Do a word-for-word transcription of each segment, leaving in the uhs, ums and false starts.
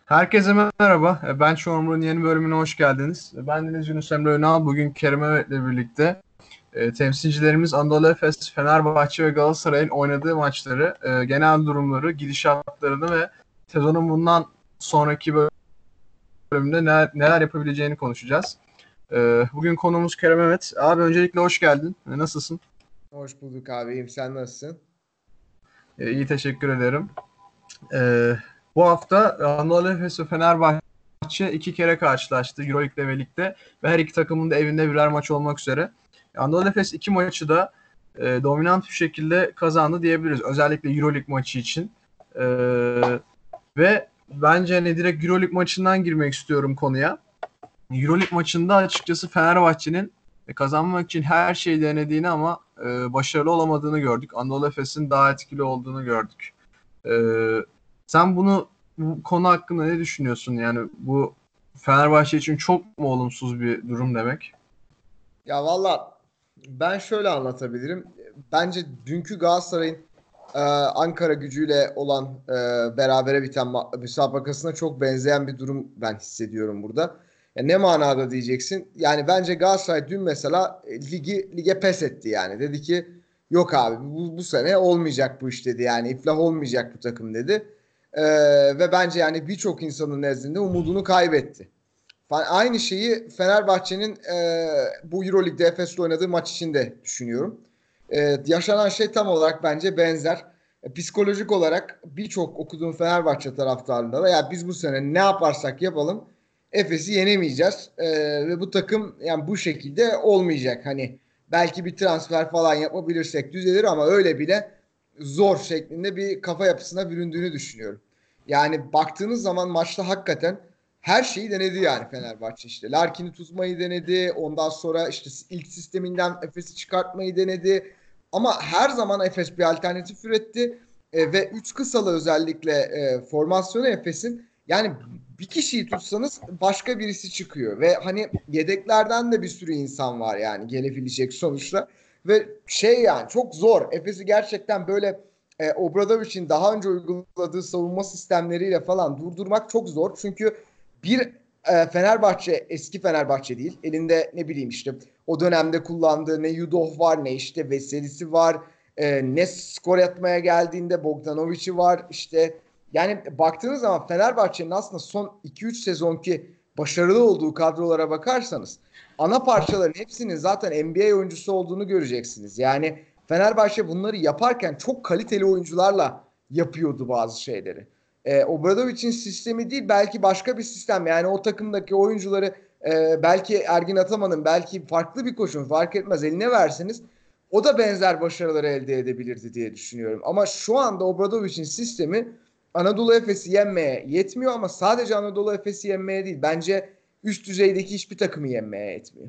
Herkese merhaba. E, Ben Çorumlu'nun yeni bölümüne hoş geldiniz. E, Ben Deniz Yunus Emre Önal. Bugün Kerim Mehmet'le birlikte e, temsilcilerimiz Anadolu Efes, Fenerbahçe ve Galatasaray'ın oynadığı maçları, e, genel durumları, gidişatlarını ve sezonun bundan sonraki bölümde neler, neler yapabileceğini konuşacağız. E, Bugün konuğumuz Kerem Mehmet. Abi öncelikle hoş geldin. E, Nasılsın? Hoş bulduk abi. İyiyim. Sen nasılsın? E, İyi teşekkür ederim. E, Bu hafta Anadolu Efes ve Fenerbahçe iki kere karşılaştı Euroleague'de ve Lig'de ve her iki takımın da evinde birer maç olmak üzere. Anadolu Efes iki maçı da e, dominant bir şekilde kazandı diyebiliriz. Özellikle Euroleague maçı için. E, Ve bence hani direkt Euroleague maçından girmek istiyorum konuya. Euroleague maçında açıkçası Fenerbahçe'nin kazanmak için her şeyi denediğini ama e, başarılı olamadığını gördük. Anadolu Efes'in daha etkili olduğunu gördük. Ee, Sen bunu bu konu hakkında ne düşünüyorsun? Yani bu Fenerbahçe için çok mu olumsuz bir durum demek? Ya valla ben şöyle anlatabilirim. Bence dünkü Galatasaray'ın e, Ankara gücüyle olan e, berabere biten ma- müsabakasına çok benzeyen bir durum ben hissediyorum burada. Ya ne manada diyeceksin? Yani bence Galatasaray dün mesela e, ligi lige pes etti yani. Dedi ki yok abi bu, bu sene olmayacak bu iş dedi. Yani iflah olmayacak bu takım dedi. E, Ve bence yani birçok insanın nezdinde umudunu kaybetti. Aynı şeyi Fenerbahçe'nin e, bu Euroleague'de Efes'le oynadığı maç için de düşünüyorum. E, yaşanan şey tam olarak bence benzer. E, psikolojik olarak birçok okuduğum Fenerbahçe taraftarında da ya biz bu sene ne yaparsak yapalım Efes'i yenemeyeceğiz. E, ve bu takım yani bu şekilde olmayacak. Hani belki bir transfer falan yapabilirsek düzelir ama öyle bile zor şeklinde bir kafa yapısına büründüğünü düşünüyorum. Yani baktığınız zaman maçta hakikaten her şeyi denedi yani Fenerbahçe işte. Larkin'i tutmayı denedi. Ondan sonra işte ilk sisteminden Efes'i çıkartmayı denedi. Ama her zaman Efes bir alternatif üretti. E, ve üç kısalı özellikle e, formasyonu Efes'in yani bir kişiyi tutsanız başka birisi çıkıyor. Ve hani yedeklerden de bir sürü insan var yani gelebilecek sonuçta. Ve şey yani çok zor. Efes'i gerçekten böyle e, Obradovic'in daha önce uyguladığı savunma sistemleriyle falan durdurmak çok zor. Çünkü bir e, Fenerbahçe eski Fenerbahçe değil. Elinde ne bileyim işte o dönemde kullandığı ne Yudoh var ne işte Veselisi var. E, ne skor atmaya geldiğinde Bogdanovic'i var. İşte yani baktığınız zaman Fenerbahçe'nin aslında son iki üç sezonki başarılı olduğu kadrolara bakarsanız ana parçaların hepsinin zaten N B A oyuncusu olduğunu göreceksiniz. Yani Fenerbahçe bunları yaparken çok kaliteli oyuncularla yapıyordu bazı şeyleri. E, Obradovic'in sistemi değil belki başka bir sistem. Yani o takımdaki oyuncuları e, belki Ergin Ataman'ın belki farklı bir koşun fark etmez eline verseniz o da benzer başarıları elde edebilirdi diye düşünüyorum. Ama şu anda Obradovic'in sistemi Anadolu Efes'i yenmeye yetmiyor ama sadece Anadolu Efes'i yenmeye değil. Bence üst düzeydeki hiçbir takımı yenmeye yetmiyor.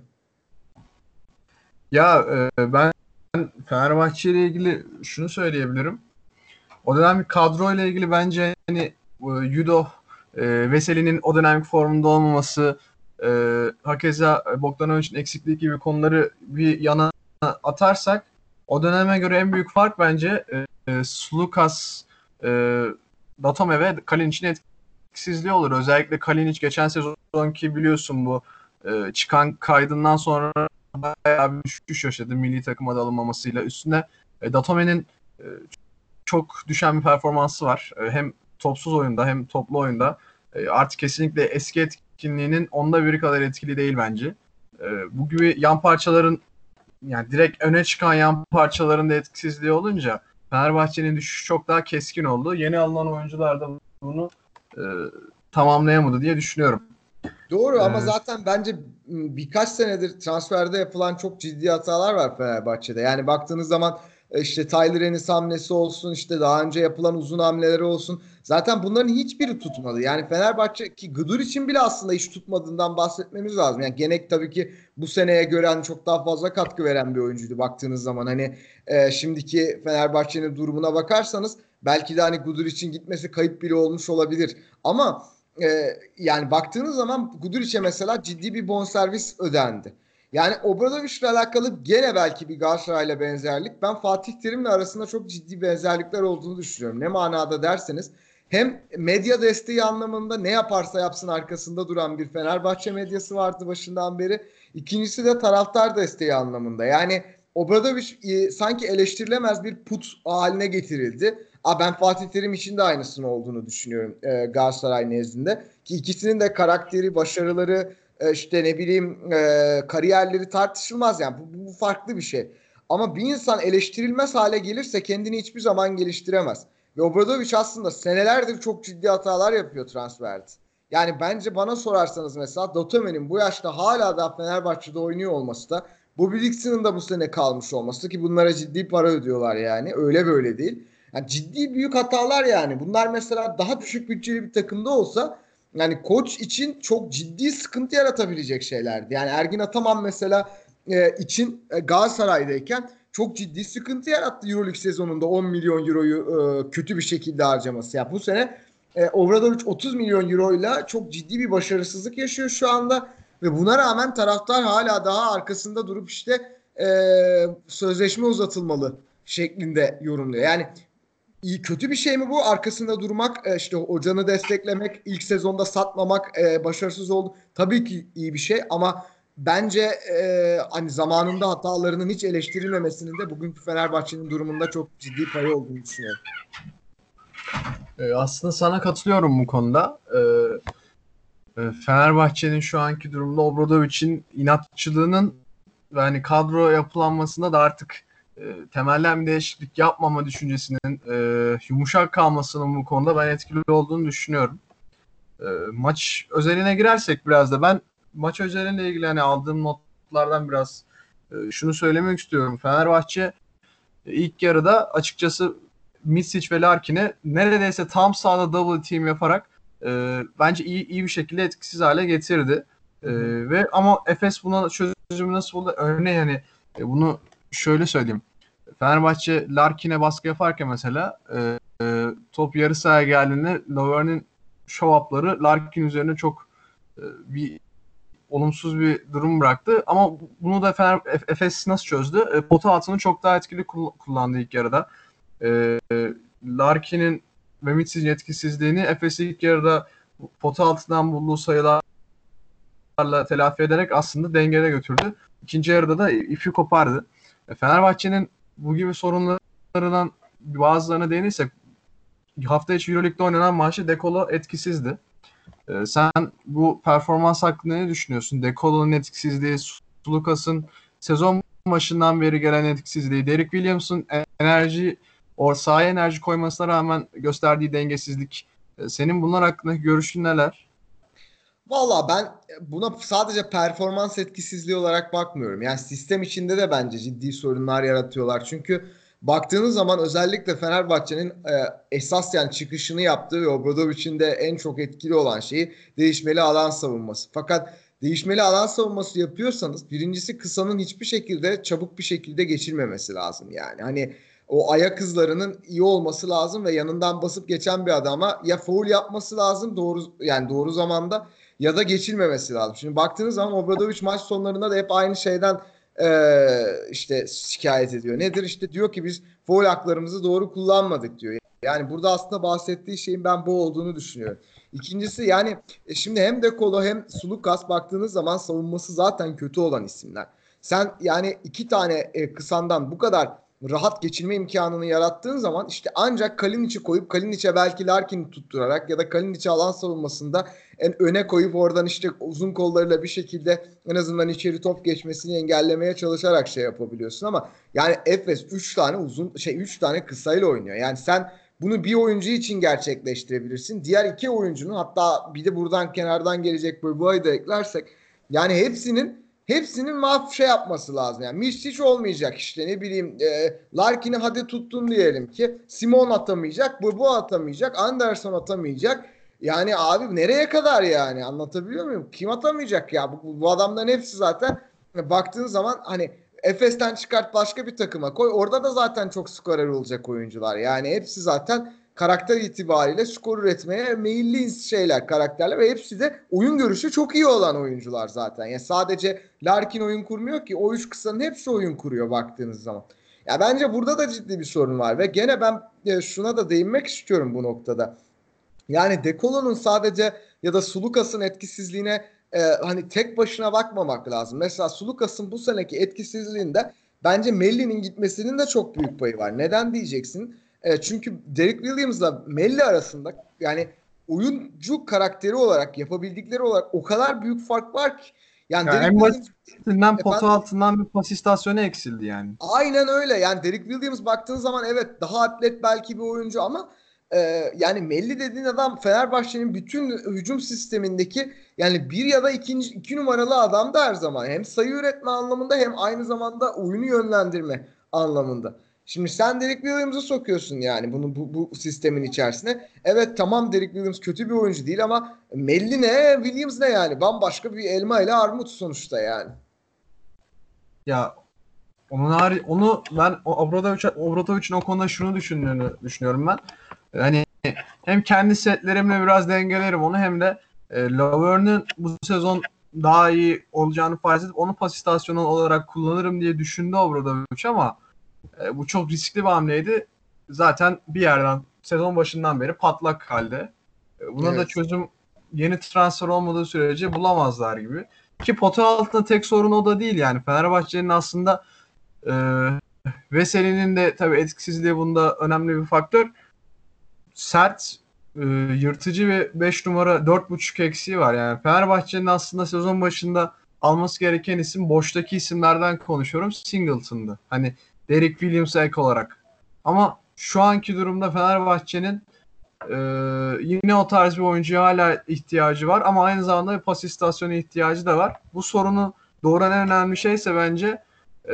Ya e, ben Fenerbahçe ile ilgili şunu söyleyebilirim. O dönemki kadro ile ilgili bence hani e, Yudo, e, Veseli'nin o dönemki formunda olmaması, e, hakeza Bogdanovic'in eksikliği gibi konuları bir yana atarsak o döneme göre en büyük fark bence e, e, Sulukas, e, Datome ve Kalinic'in etkisizliği olur. Özellikle Kalinic geçen sezonki biliyorsun bu e, çıkan kaydından sonra bayağı bir düşüş yaşadı milli takıma da alınmamasıyla. Üstüne e, Datome'nin e, çok düşen bir performansı var. E, hem topsuz oyunda hem toplu oyunda. E, artık kesinlikle eski etkinliğinin onda biri kadar etkili değil bence. E, bu gibi yan parçaların yani direkt öne çıkan yan parçaların da etkisizliği olunca Fenerbahçe'nin düşüşü çok daha keskin oldu. Yeni alınan oyuncular da bunu e, tamamlayamadı diye düşünüyorum. Doğru ama E, zaten bence birkaç senedir transferde yapılan çok ciddi hatalar var Fenerbahçe'de. Yani baktığınız zaman e, işte Tyler Ennis hamlesi olsun, işte daha önce yapılan uzun hamleleri olsun. Zaten bunların hiçbiri tutmadı. Yani Fenerbahçe ki Gıdır için bile aslında hiç tutmadığından bahsetmemiz lazım. Yani Genek tabii ki bu seneye göre hani çok daha fazla katkı veren bir oyuncuydu baktığınız zaman. Hani e, şimdiki Fenerbahçe'nin durumuna bakarsanız belki de hani Gıdır için gitmesi kayıp bile olmuş olabilir. Ama e, yani baktığınız zaman Guduric'e mesela ciddi bir bonservis ödendi. Yani Obradovic'le alakalı gene belki bir Galatasaray'la benzerlik. Ben Fatih Terim'le arasında çok ciddi benzerlikler olduğunu düşünüyorum. Ne manada derseniz Hem medya desteği anlamında ne yaparsa yapsın arkasında duran bir Fenerbahçe medyası vardı başından beri. İkincisi de taraftar desteği anlamında. Yani Obradovic e, sanki eleştirilemez bir put haline getirildi. Aa, ben Fatih Terim için de aynısını olduğunu düşünüyorum e, Galatasaray nezdinde. Ki ikisinin de karakteri, başarıları, e, işte ne bileyim e, kariyerleri tartışılmaz yani. Bu, bu farklı bir şey. Ama bir insan eleştirilmez hale gelirse kendini hiçbir zaman geliştiremez. Ve Obradovic aslında senelerdir çok ciddi hatalar yapıyor transferde. Yani bence bana sorarsanız mesela Dotemen'in bu yaşta hala da Fenerbahçe'de oynuyor olması da Bobby Dixon'ın da bu sene kalmış olması ki bunlara ciddi para ödüyorlar yani. Öyle böyle değil. Yani ciddi büyük hatalar yani. Bunlar mesela daha düşük bütçeli bir takımda olsa yani koç için çok ciddi sıkıntı yaratabilecek şeylerdi. Yani Ergin Ataman mesela e, için e, Galatasaray'dayken çok ciddi sıkıntı yarattı Euroleague sezonunda on milyon euroyu e, kötü bir şekilde harcaması. Yani bu sene e, Obradovic otuz milyon euroyla çok ciddi bir başarısızlık yaşıyor şu anda ve buna rağmen taraftar hala daha arkasında durup işte e, sözleşme uzatılmalı şeklinde yorumluyor. Yani iyi kötü bir şey mi bu? Arkasında durmak, e, işte hocanı desteklemek, ilk sezonda satmamak, e, başarısız oldu. Tabii ki iyi bir şey ama bence e, hani zamanında hatalarının hiç eleştirilmemesinin de bugünkü Fenerbahçe'nin durumunda çok ciddi payı olduğunu düşünüyorum. Ee, aslında sana katılıyorum bu konuda. Ee, e, Fenerbahçe'nin şu anki durumda Obradovic'in inatçılığının ve hani kadro yapılanmasında da artık e, temelden bir değişiklik yapmama düşüncesinin e, yumuşak kalmasının bu konuda ben etkili olduğunu düşünüyorum. E, maç özeline girersek biraz da ben maç özeliyle ilgili hani aldığım notlardan biraz e, şunu söylemek istiyorum. Fenerbahçe e, ilk yarıda açıkçası Misic ve Larkin'i neredeyse tam sahada double team yaparak e, bence iyi iyi bir şekilde etkisiz hale getirdi. E, ve ama Efes buna çözümü nasıl buldu? Örneğin hani e, bunu şöyle söyleyeyim. Fenerbahçe Larkin'e baskı yaparken mesela e, e, top yarı sahaya geldiğinde Lovren'in show-up'ları Larkin üzerine çok e, bir olumsuz bir durum bıraktı. Ama bunu da Fener, Efes nasıl çözdü? E, pota altını çok daha etkili kullandı ilk yarıda. E, Larkin'in ve Mitsic'in etkisizliğini Efes ilk yarıda pota altından bulduğu sayılarla telafi ederek aslında dengede götürdü. İkinci yarıda da ipi kopardı. E, Fenerbahçe'nin bu gibi sorunlarından bazılarına değinirsek hafta içi Euroleague'de oynanan maçta De Colo etkisizdi. Ee, sen bu performans hakkında ne düşünüyorsun? De Colo'nun etkisizliği, Sulukas'ın sezon başından beri gelen etkisizliği, Derek Williams'ın enerji, or sahaya enerji koymasına rağmen gösterdiği dengesizlik. Ee, senin bunlar hakkındaki görüşün neler? Valla ben buna sadece performans etkisizliği olarak bakmıyorum. Yani sistem içinde de bence ciddi sorunlar yaratıyorlar. Çünkü baktığınız zaman özellikle Fenerbahçe'nin e, esas yani çıkışını yaptığı ve Obradovic'in de en çok etkili olan şeyi değişmeli alan savunması. Fakat değişmeli alan savunması yapıyorsanız birincisi kısanın hiçbir şekilde çabuk bir şekilde geçilmemesi lazım yani. Hani o ayak hızlarının iyi olması lazım ve yanından basıp geçen bir adama ya faul yapması lazım doğru yani doğru zamanda ya da geçilmemesi lazım. Şimdi baktığınız zaman Obradovic maç sonlarında da hep aynı şeyden e, işte şikayet ediyor. Nedir? İşte diyor ki biz faul haklarımızı doğru kullanmadık diyor. Yani burada aslında bahsettiği şeyin ben bu olduğunu düşünüyorum. İkincisi yani e, şimdi hem De Colo hem Sulukas baktığınız zaman savunması zaten kötü olan isimler. Sen yani iki tane e, kısandan bu kadar rahat geçirme imkanını yarattığın zaman işte ancak Kalinic'i koyup Kalinic'e belki Larkin'i tutturarak ya da Kalinic'i alan savunmasında en öne koyup oradan işte uzun kollarıyla bir şekilde en azından içeri top geçmesini engellemeye çalışarak şey yapabiliyorsun ama yani Efes üç tane uzun şey üç tane kısayla oynuyor. Yani sen bunu bir oyuncu için gerçekleştirebilirsin. Diğer iki oyuncunun hatta bir de buradan kenardan gelecek Boboa'yı da eklersek yani hepsinin hepsinin maf şey yapması lazım. Yani Mišić olmayacak işte ne bileyim e, Larkin'i hadi tuttun diyelim ki Simon atamayacak, Boboa atamayacak, Anderson atamayacak. Yani abi nereye kadar yani anlatabiliyor muyum? Kim atamayacak ya? Bu, bu adamların hepsi zaten baktığın zaman hani Efes'ten çıkart başka bir takıma koy. Orada da zaten çok skorer olacak oyuncular. Yani hepsi zaten karakter itibariyle skor üretmeye meyilli şeyler, karakterler ve hepsi de oyun görüşü çok iyi olan oyuncular zaten. Yani sadece Larkin oyun kurmuyor ki o üç kısanın hepsi oyun kuruyor baktığınız zaman. Ya bence burada da ciddi bir sorun var ve gene ben şuna da değinmek istiyorum bu noktada. Yani De Colo'nun sadece ya da Sulukas'ın etkisizliğine e, hani tek başına bakmamak lazım. Mesela Sulukas'ın bu seneki etkisizliğinde bence Melli'nin gitmesinin de çok büyük payı var. Neden diyeceksin? E, çünkü Derek Williams'la Melli arasında yani oyuncu karakteri olarak, yapabildikleri olarak o kadar büyük fark var ki. Yani Ya Derek en Williams basitinden potu efendim. altından bir pas istasyonu eksildi yani. Aynen öyle. Yani Derek Williams baktığın zaman evet daha atlet belki bir oyuncu ama e, yani Melli dediğin adam Fenerbahçe'nin bütün hücum sistemindeki yani bir ya da ikinci, iki numaralı adam da her zaman. Hem sayı üretme anlamında hem aynı zamanda oyunu yönlendirme anlamında. Şimdi sen Derek Williams'ı sokuyorsun yani bunu bu, bu sistemin içerisine. Evet tamam Derek Williams kötü bir oyuncu değil ama Melli ne Williams ne yani bambaşka bir elma ile armut sonuçta yani. Ya onun harici onu ben o Obradovic Obradovic'in o konuda şunu düşündüğünü düşünüyorum ben. Hani hem kendi setlerimle biraz dengelerim onu hem de e, Laverne'ın bu sezon daha iyi olacağını farz edip onu pas istasyonu olarak kullanırım diye düşündü Obradovic ama e, bu çok riskli bir hamleydi. Zaten bir yerden sezon başından beri patlak halde. E, buna da Evet. çözüm yeni transfer olmadığı sürece bulamazlar gibi. Ki pota altında tek sorun o da değil yani. Fenerbahçe'nin aslında e, Veseli'nin de tabii etkisizliği bunda önemli bir faktör. Sert, e, yırtıcı ve beş numara dört buçuk eksiği var. Yani Fenerbahçe'nin aslında sezon başında alması gereken isim boştaki isimlerden konuşuyorum. Singleton'dı. Hani Derek Williams'a ek olarak. Ama şu anki durumda Fenerbahçe'nin e, yine o tarz bir oyuncuya hala ihtiyacı var ama aynı zamanda bir pas istasyonu ihtiyacı da var. Bu sorunu doğuran en önemli şeyse bence e,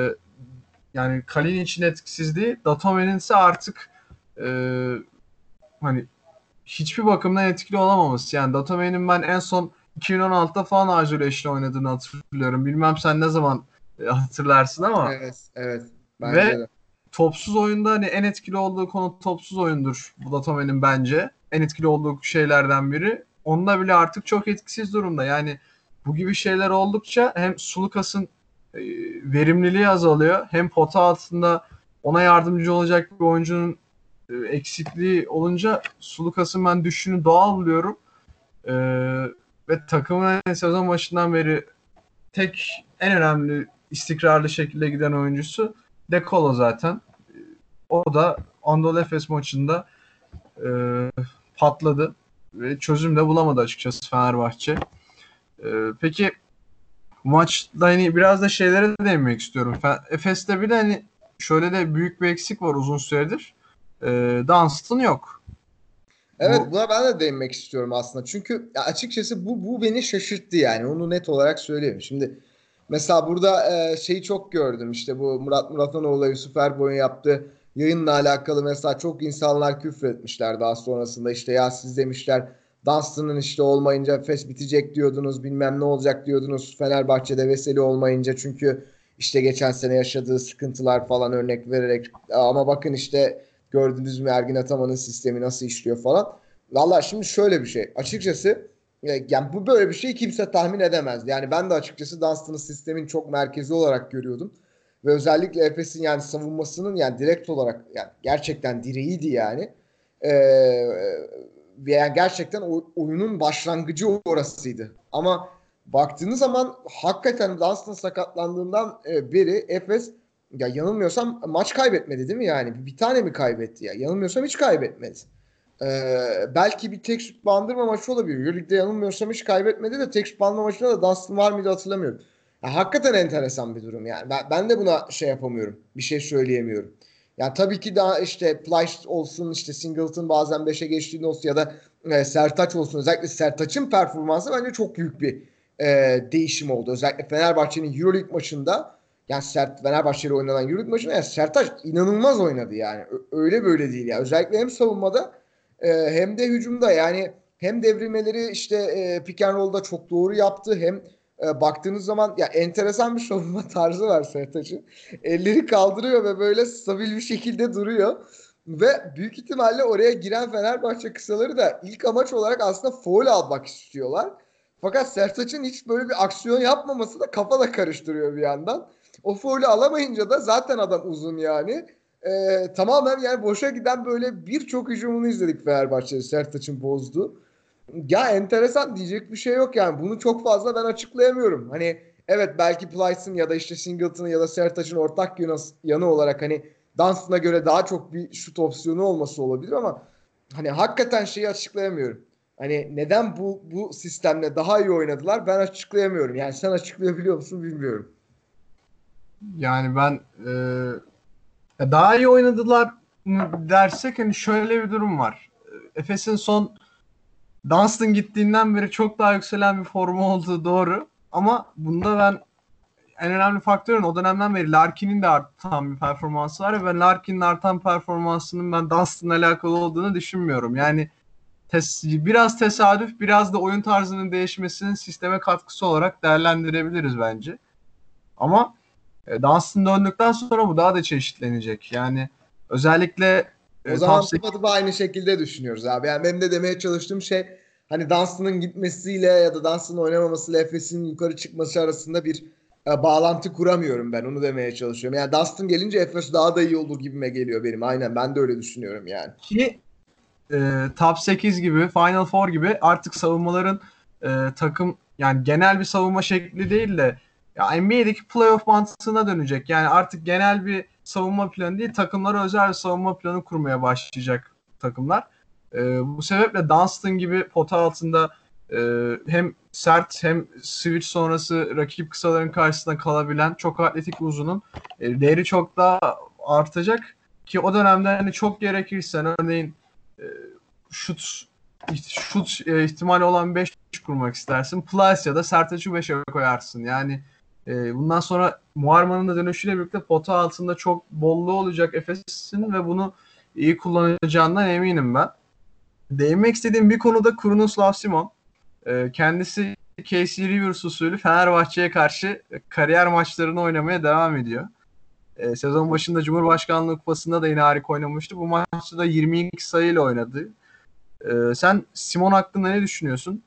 yani Kalinic'in etkisizliği, Datome'nin ise artık e, hani hiçbir bakımdan etkili olamaması. Yani Datome'nin ben en son iki bin on altıda falan Azureş'le oynadığını hatırlıyorum. Bilmem sen ne zaman e, hatırlarsın ama Evet, evet. Bence ve de. topsuz oyunda hani en etkili olduğu konu topsuz oyundur bu Datome'nin bence. En etkili olduğu şeylerden biri. Onda bile artık çok etkisiz durumda. Yani bu gibi şeyler oldukça hem Sulukas'ın e, verimliliği azalıyor. Hem pota altında ona yardımcı olacak bir oyuncunun e, eksikliği olunca Sulukas'ın ben düşüşünü doğal buluyorum. E, ve takımın sezon başından beri tek en önemli istikrarlı şekilde giden oyuncusu De Colo zaten. O da Anadolu Efes maçında e, patladı ve çözüm de bulamadı açıkçası Fenerbahçe. E, peki maçta hani biraz da şeylere de değinmek istiyorum. Fe- Efes'te bir de hani şöyle de büyük bir eksik var uzun süredir. E, Dunstan yok. Evet Bu buna ben de değinmek istiyorum aslında. Çünkü ya açıkçası bu bu beni şaşırttı yani. Onu net olarak söyleyeyim. Şimdi mesela burada e, şeyi çok gördüm. İşte bu Murat Muratanoğlu Yusuf Erboy'un yaptığı yayınla alakalı mesela çok insanlar küfretmişler daha sonrasında. İşte ya siz demişler Dunstan'ın işte olmayınca Fes bitecek diyordunuz. Bilmem ne olacak diyordunuz. Fenerbahçe'de Veseli olmayınca çünkü işte geçen sene yaşadığı sıkıntılar falan örnek vererek ama bakın işte gördünüz mü Ergin Ataman'ın sistemi nasıl işliyor falan. Valla şimdi şöyle bir şey. Açıkçası e, yani bu böyle bir şey kimse tahmin edemezdi. Yani ben de açıkçası Dunstan'ın sistemin çok merkezi olarak görüyordum. Ve özellikle Efes'in yani savunmasının yani direkt olarak yani gerçekten direğiydi yani. Ee, yani gerçekten oyunun başlangıcı orasıydı. Ama baktığınız zaman hakikaten Dunstan sakatlandığından e, beri Efes ya yanılmıyorsam maç kaybetmedi değil mi yani? Bir tane mi kaybetti ya? Yanılmıyorsam hiç kaybetmedi. Ee, belki bir tek şut bandırma maçı olabilir. Euroleague'de yanılmıyorsam hiç kaybetmedi de tek şut bandırma maçında da Dunstan var mıydı hatırlamıyorum. Ya, hakikaten enteresan bir durum yani. Ben, ben de buna şey yapamıyorum. Bir şey söyleyemiyorum. Yani tabii ki daha işte Plyce olsun işte Singleton bazen beşe geçtiğinde olsun ya da e, Sertaç olsun. Özellikle Sertaç'ın performansı bence çok büyük bir e, değişim oldu. Özellikle Fenerbahçe'nin Euroleague maçında yani Sert Fenerbahçe'yle oynanan Euroleague maçında yani Sertaç inanılmaz oynadı yani. Ö- öyle böyle değil ya. Özellikle hem savunmada e, hem de hücumda yani hem devrilmeleri işte e, pick and roll'da çok doğru yaptı hem e, baktığınız zaman ya enteresan bir savunma tarzı var Sertaç'ın. Elleri kaldırıyor ve böyle stabil bir şekilde duruyor. Ve büyük ihtimalle oraya giren Fenerbahçe kısaları da ilk amaç olarak aslında foul almak istiyorlar. Fakat Sertaç'ın hiç böyle bir aksiyon yapmaması da kafa da karıştırıyor bir yandan. O foul'ü alamayınca da zaten adam uzun yani. e, tamamen yani boşa giden böyle birçok hücumunu izledik Fenerbahçe'de Sertaç'ın bozduğu. Ya enteresan diyecek bir şey yok yani. Bunu çok fazla ben açıklayamıyorum. Hani evet belki Plyce'ın ya da işte Singleton'ın ya da Sertaç'ın ortak yanı, yanı olarak hani Dunstan'a göre daha çok bir şut opsiyonu olması olabilir ama hani hakikaten şeyi açıklayamıyorum. Hani neden bu bu sistemle daha iyi oynadılar ben açıklayamıyorum. Yani sen açıklayabiliyor musun bilmiyorum. Yani ben e, daha iyi oynadılar mı dersek hani şöyle bir durum var. Efes'in son Dunstan gittiğinden beri çok daha yükselen bir formu olduğu doğru. Ama bunda ben en önemli faktörün o dönemden beri Larkin'in de artan bir performansı var ve ben Larkin'in artan performansının ben Dunstan'la alakalı olduğunu düşünmüyorum. Yani tes biraz tesadüf, biraz da oyun tarzının değişmesinin sisteme katkısı olarak değerlendirebiliriz bence. Ama e, Dunstan döndükten sonra bu daha da çeşitlenecek. Yani özellikle O e, top zaman sekiz. tıpatıp aynı şekilde düşünüyoruz abi. Yani benim de demeye çalıştığım şey hani Dunstan'ın gitmesiyle ya da Dunstan'ın oynamamasıyla Efes'in yukarı çıkması arasında bir e, bağlantı kuramıyorum ben. Onu demeye çalışıyorum. Yani Dunstan gelince Efes daha da iyi olur gibime geliyor benim. Aynen ben de öyle düşünüyorum yani. Ki e, top sekiz gibi, Final Four gibi artık savunmaların e, takım yani genel bir savunma şekli değil de ya N B A'deki playoff mantığına dönecek. Yani artık genel bir savunma planı değil, takımlara özel bir savunma planı kurmaya başlayacak takımlar. E, bu sebeple Dunstan gibi pota altında e, hem sert hem switch sonrası rakip kısaların karşısında kalabilen çok atletik bir uzunun e, değeri çok daha artacak ki o dönemde hani çok gerekirse örneğin e, şut şut e, ihtimali olan beş kurmak istersin. Plus ya da Sertaç'ı beşe koyarsın. Yani e, bundan sonra Muharman'ın da dönüşüyle birlikte pota altında çok bolluğu olacak Efes'in ve bunu iyi kullanacağından eminim ben. Değinmek istediğim bir konuda Krunoslav Simon. E, kendisi K C Rivers usulü Fenerbahçe'ye karşı kariyer maçlarını oynamaya devam ediyor. E, sezon başında Cumhurbaşkanlığı Kupası'nda da yine harika oynamıştı. Bu maçta da yirmi iki sayıyla oynadı. Ee, sen Simon hakkında ne düşünüyorsun?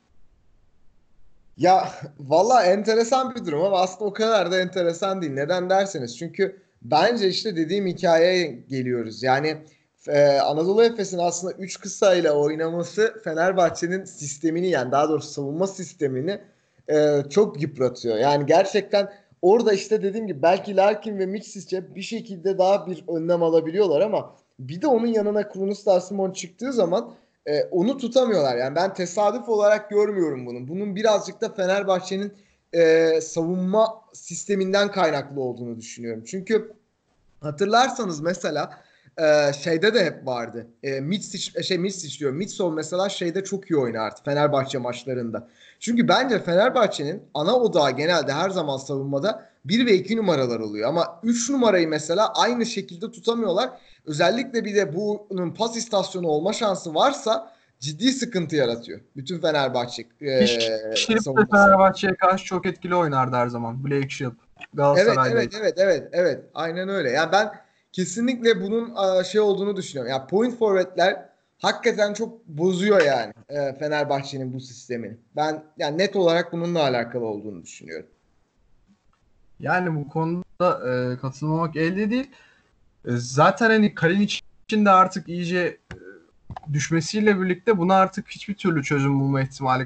Ya valla enteresan bir durum ama aslında o kadar da enteresan değil. Neden derseniz çünkü bence işte dediğim hikayeye geliyoruz. Yani e, Anadolu Efes'in aslında üç kısayla oynaması Fenerbahçe'nin sistemini yani daha doğrusu savunma sistemini e, çok yıpratıyor. Yani gerçekten orada işte dediğim gibi belki Larkin ve Mitsic'e bir şekilde daha bir önlem alabiliyorlar ama bir de onun yanına Krunos Simon çıktığı zaman e, onu tutamıyorlar. Yani ben tesadüf olarak görmüyorum bunu. Bunun birazcık da Fenerbahçe'nin e, savunma sisteminden kaynaklı olduğunu düşünüyorum. Çünkü hatırlarsanız mesela e, şeyde de hep vardı. E, Mitsic, şey Mitsic diyorum. Mitsov mesela şeyde çok iyi oynardı Fenerbahçe maçlarında. Çünkü bence Fenerbahçe'nin ana odağı genelde her zaman savunmada bir ve iki numaralar oluyor. Ama üç numarayı mesela aynı şekilde tutamıyorlar. Özellikle bir de bunun pas istasyonu olma şansı varsa ciddi sıkıntı yaratıyor. Bütün Fenerbahçe Ki e, Şilp de savunması. Fenerbahçe'ye karşı çok etkili oynardı her zaman. Blake Şilp. Evet, Galatasaray'da. evet, evet, evet, evet. Aynen öyle. Yani ben kesinlikle bunun e, şey olduğunu düşünüyorum. Ya point forvetler hakikaten çok bozuyor yani e, Fenerbahçe'nin bu sistemini. Ben yani net olarak bununla alakalı olduğunu düşünüyorum. Yani bu konuda e, katılmamak elde değil. E, zaten hani Kalinic'in de artık iyice e, düşmesiyle birlikte buna artık hiçbir türlü çözüm bulma ihtimali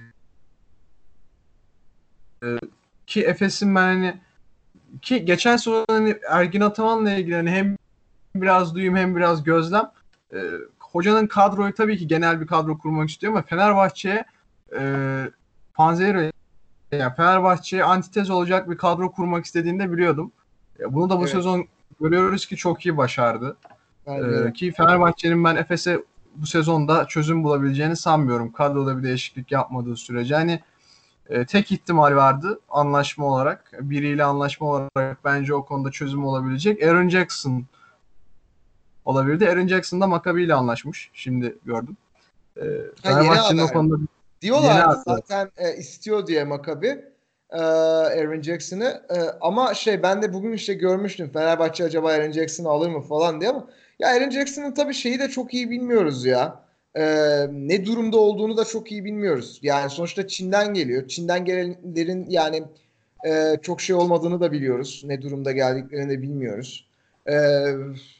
ki Efes'in ben hani ki geçen sezon hani Ergin Ataman'la ilgili hani hem biraz duyum hem biraz gözlem. E, hocanın kadroyu tabii ki genel bir kadro kurmak istiyor ama Fenerbahçe'ye e, Panzeri yani Fenerbahçe'ye antitez olacak bir kadro kurmak istediğini de biliyordum. E, bunu da bu Evet, sezon görüyoruz ki çok iyi başardı. bence E, de. ki Fenerbahçe'nin ben Efes'e bu sezonda çözüm bulabileceğini sanmıyorum. Kadroda bir değişiklik yapmadığı sürece. Hani e, tek ihtimal vardı anlaşma olarak. Biriyle anlaşma olarak bence o konuda çözüm olabilecek. Aaron Jackson olabilirdi. Aaron Jackson da Maccabi ile anlaşmış. Şimdi gördüm. E, Ha, yeni Fenerbahçe'nin o haber mi? konuda yeni Diyorlardı haber. zaten e, istiyor diye Maccabi e, Aaron Jackson'ı. E, ama şey ben de bugün işte görmüştüm Fenerbahçe acaba Aaron Jackson'ı alır mı falan diye ama ya Aaron Jackson'ın tabii şeyi de çok iyi bilmiyoruz ya. E, ne durumda olduğunu da çok iyi bilmiyoruz. Yani sonuçta Çin'den geliyor. Çin'den gelenlerin yani e, çok şey olmadığını da biliyoruz. Ne durumda geldiklerini de bilmiyoruz. E,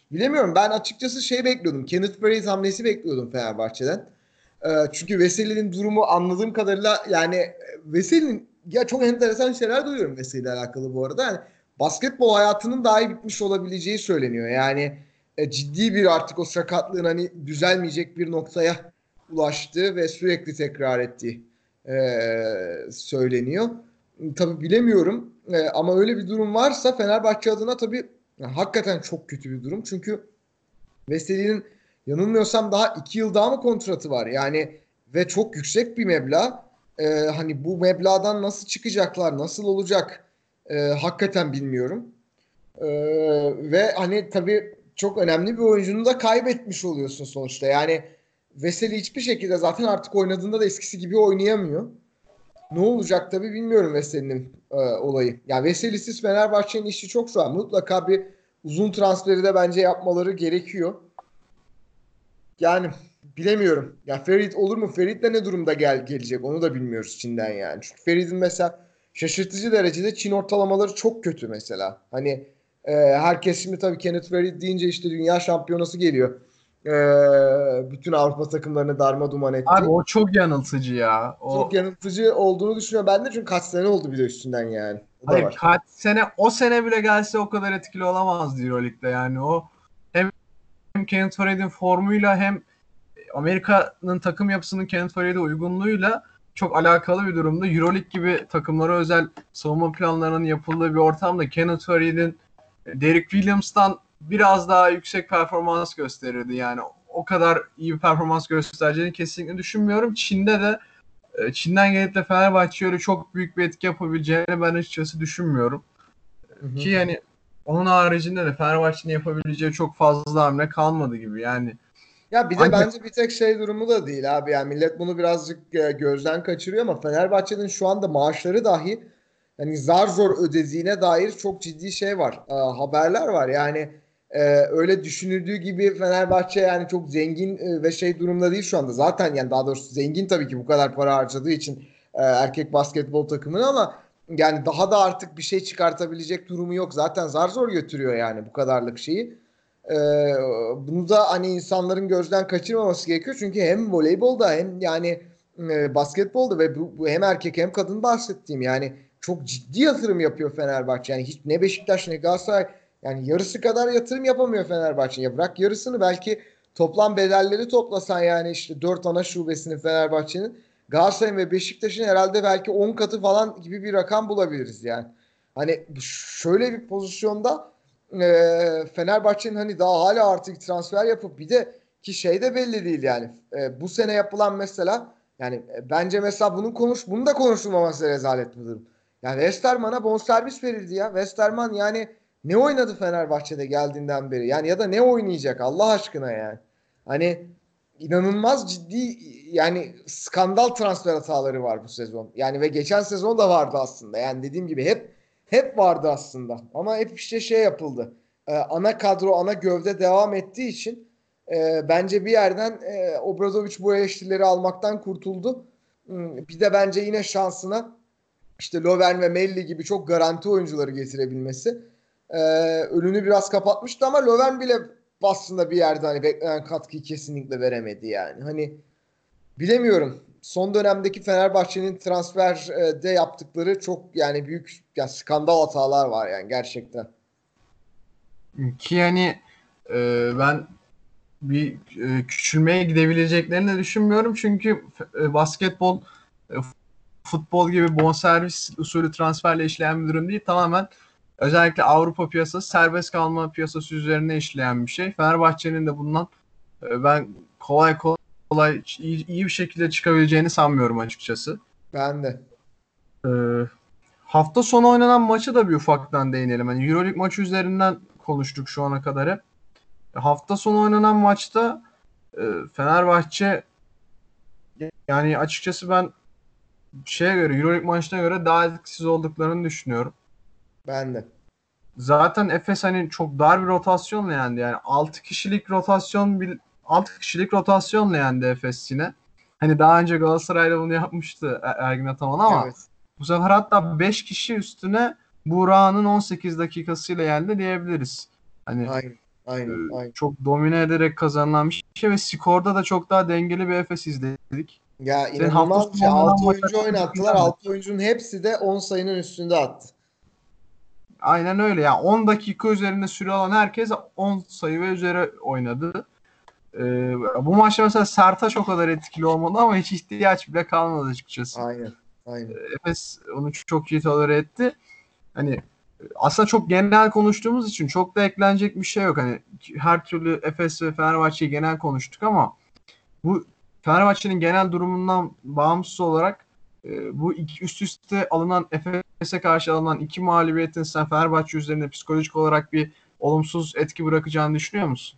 bilemiyorum. Ben açıkçası şey bekliyordum. Kenneth Perez hamlesi bekliyordum Fenerbahçe'den. Ee, çünkü Veseli'nin durumu anladığım kadarıyla yani e, Veseli'nin ya çok enteresan şeyler duyuyorum Veseli ile alakalı bu arada. Yani basketbol hayatının dahi bitmiş olabileceği söyleniyor. Yani e, ciddi bir artık o sakatlığın hani düzelmeyecek bir noktaya ulaştığı ve sürekli tekrar ettiği e, söyleniyor. Tabii bilemiyorum. E, ama öyle bir durum varsa Fenerbahçe adına tabii ya, hakikaten çok kötü bir durum. Çünkü Veseli'nin yanılmıyorsam daha iki yıl daha mı kontratı var? Yani ve çok yüksek bir meblağ. E, hani bu meblağdan nasıl çıkacaklar, nasıl olacak? E, hakikaten bilmiyorum. E, ve hani tabii çok önemli bir oyuncunu da kaybetmiş oluyorsun sonuçta. Yani Veseli hiçbir şekilde zaten artık oynadığında da eskisi gibi oynayamıyor. Ne olacak tabii bilmiyorum Veseli'nin e, olayı. Ya Veseli'siz Fenerbahçe'nin işi çok zor. Mutlaka bir uzun transferi de bence yapmaları gerekiyor. Yani bilemiyorum. Ya Ferit olur mu? Ferit de ne durumda gel gelecek onu da bilmiyoruz Çin'den yani. Çünkü Ferit'in mesela şaşırtıcı derecede Çin ortalamaları çok kötü mesela. Hani e, herkes şimdi tabii Kenneth Ferit deyince işte dünya şampiyonası geliyor. E, bütün Avrupa takımlarını darma duman Abi etti. o çok yanıltıcı ya. Çok O yanıltıcı olduğunu düşünüyorum ben de çünkü kaç sene oldu bir de üstünden yani. O da hayır, var. kaç sene o sene bile gelse o kadar etkili olamazdı Euroleague'de yani. O hem Kenneth Faried'in formuyla hem Amerika'nın takım yapısının Kenneth Faried'e uygunluğuyla çok alakalı bir durumda. Euroleague gibi takımlara özel savunma planlarının yapıldığı bir ortamda Kenneth Faried'in Derek Williams'tan biraz daha yüksek performans gösterirdi. Yani o kadar iyi bir performans göstereceğini kesinlikle düşünmüyorum. Çin'de de e, Çin'den gelip de Fenerbahçe'ye öyle çok büyük bir etki yapabileceğini ben açıkçası düşünmüyorum. Hı hı. Ki yani onun haricinde de Fenerbahçe'nin yapabileceği çok fazla hamle kalmadı gibi. Yani Ya bir de ancak bence bir tek şey durumu da değil abi. Yani millet bunu birazcık e, gözden kaçırıyor ama Fenerbahçe'nin şu anda maaşları dahi hani zar zor ödediğine dair çok ciddi şey var. E, haberler var. Yani e, öyle düşünüldüğü gibi Fenerbahçe yani çok zengin e, ve şey durumda değil şu anda. Zaten yani daha doğrusu zengin tabii ki bu kadar para harcadığı için e, erkek basketbol takımını ama yani daha da artık bir şey çıkartabilecek durumu yok. Zaten zar zor götürüyor yani bu kadarlık şeyi. Ee, bunu da hani insanların gözden kaçırmaması gerekiyor. Çünkü hem voleybolda hem yani e, basketbolda ve bu, bu hem erkek hem kadın bahsettiğim yani çok ciddi yatırım yapıyor Fenerbahçe. Yani hiç ne Beşiktaş ne Galatasaray yani yarısı kadar yatırım yapamıyor Fenerbahçe. Ya bırak yarısını belki toplam bedelleri toplasan yani işte dört ana şubesinin Fenerbahçe'nin Galatasaray'ın ve Beşiktaş'ın herhalde belki on katı falan gibi bir rakam bulabiliriz yani. Hani şöyle bir pozisyonda e, Fenerbahçe'nin hani daha hala artık transfer yapıp bir de ki şey de belli değil yani. E, bu sene yapılan mesela yani e, bence mesela bunun konuş bunun da konuşulmaması rezalet bir durum. Yani Westerman'a bonservis verildi ya. Westerman yani ne oynadı Fenerbahçe'de geldiğinden beri? Yani ya da ne oynayacak Allah aşkına yani. Hani inanılmaz ciddi yani skandal transfer hataları var bu sezon. Yani ve geçen sezon da vardı aslında. Yani dediğim gibi hep hep vardı aslında. Ama hep işte şey yapıldı. Ee, ana kadro, ana gövde devam ettiği için e, bence bir yerden e, Obradoviç bu eleştirileri almaktan kurtuldu. Hmm, Bir de bence yine şansına işte Lovren ve Melli gibi çok garanti oyuncuları getirebilmesi e, önünü biraz kapatmıştı ama Lovren bile aslında bir yerde hani beklenen katkıyı kesinlikle veremedi yani. Hani bilemiyorum. Son dönemdeki Fenerbahçe'nin transferde yaptıkları çok yani büyük yani skandal hatalar var yani gerçekten. ki yani e, ben bir e, küçülmeye gidebileceklerini de düşünmüyorum. Çünkü e, basketbol e, futbol gibi bonservis usulü transferle işleyen bir durum değil. Tamamen özellikle Avrupa piyasası serbest kalma piyasası üzerine işleyen bir şey. Fenerbahçe'nin de bundan e, ben kolay kolay iyi, iyi bir şekilde çıkabileceğini sanmıyorum açıkçası. Ben de. E, Hafta sonu oynanan maçı da bir ufaktan değinelim. Hani Euroleague maçı üzerinden konuştuk şu ana kadar hep. Hafta sonu oynanan maçta e, Fenerbahçe yani açıkçası ben şeye göre Euroleague maçına göre daha etkisiz olduklarını düşünüyorum. Ben de. Zaten Efes hani çok dar bir rotasyonla yendi. Yani altı kişilik rotasyon bir altı kişilik rotasyonla yendi Efes yine. Hani daha önce Galatasaray'da bunu yapmıştı Er- Ergin Ataman ama Evet. bu sefer hatta beş kişi üstüne Buğra'nın on sekiz dakikasıyla yendi diyebiliriz. Hani Aynen. Ee, Aynen, aynen. çok domine ederek kazanılan bir şey ve skorda da çok daha dengeli bir Efes izledik. Ya Senin hafta inanılmaz bir sonu şey. oynanan altı maç oyuncu hakkında oynattılar. düşüncen ne? altı oyuncunun hepsi de on sayının üstünde attı. Aynen öyle. Yani on dakika üzerinde süre alan herkes on sayı ve üzeri oynadı. Ee, bu maçta mesela Sertaç o kadar etkili olmadı ama hiç ihtiyaç bile kalmadı açıkçası. Aynen. Aynen. Efes onu çok iyi tolere etti. Hani aslında çok genel konuştuğumuz için çok da eklenecek bir şey yok. Hani her türlü Efes ve Fenerbahçe'yi genel konuştuk ama bu Fenerbahçe'nin genel durumundan bağımsız olarak e, bu iki, üst üste alınan Efes'e karşı alınan iki mağlubiyetin sen Fenerbahçe üzerinde psikolojik olarak bir olumsuz etki bırakacağını düşünüyor musun?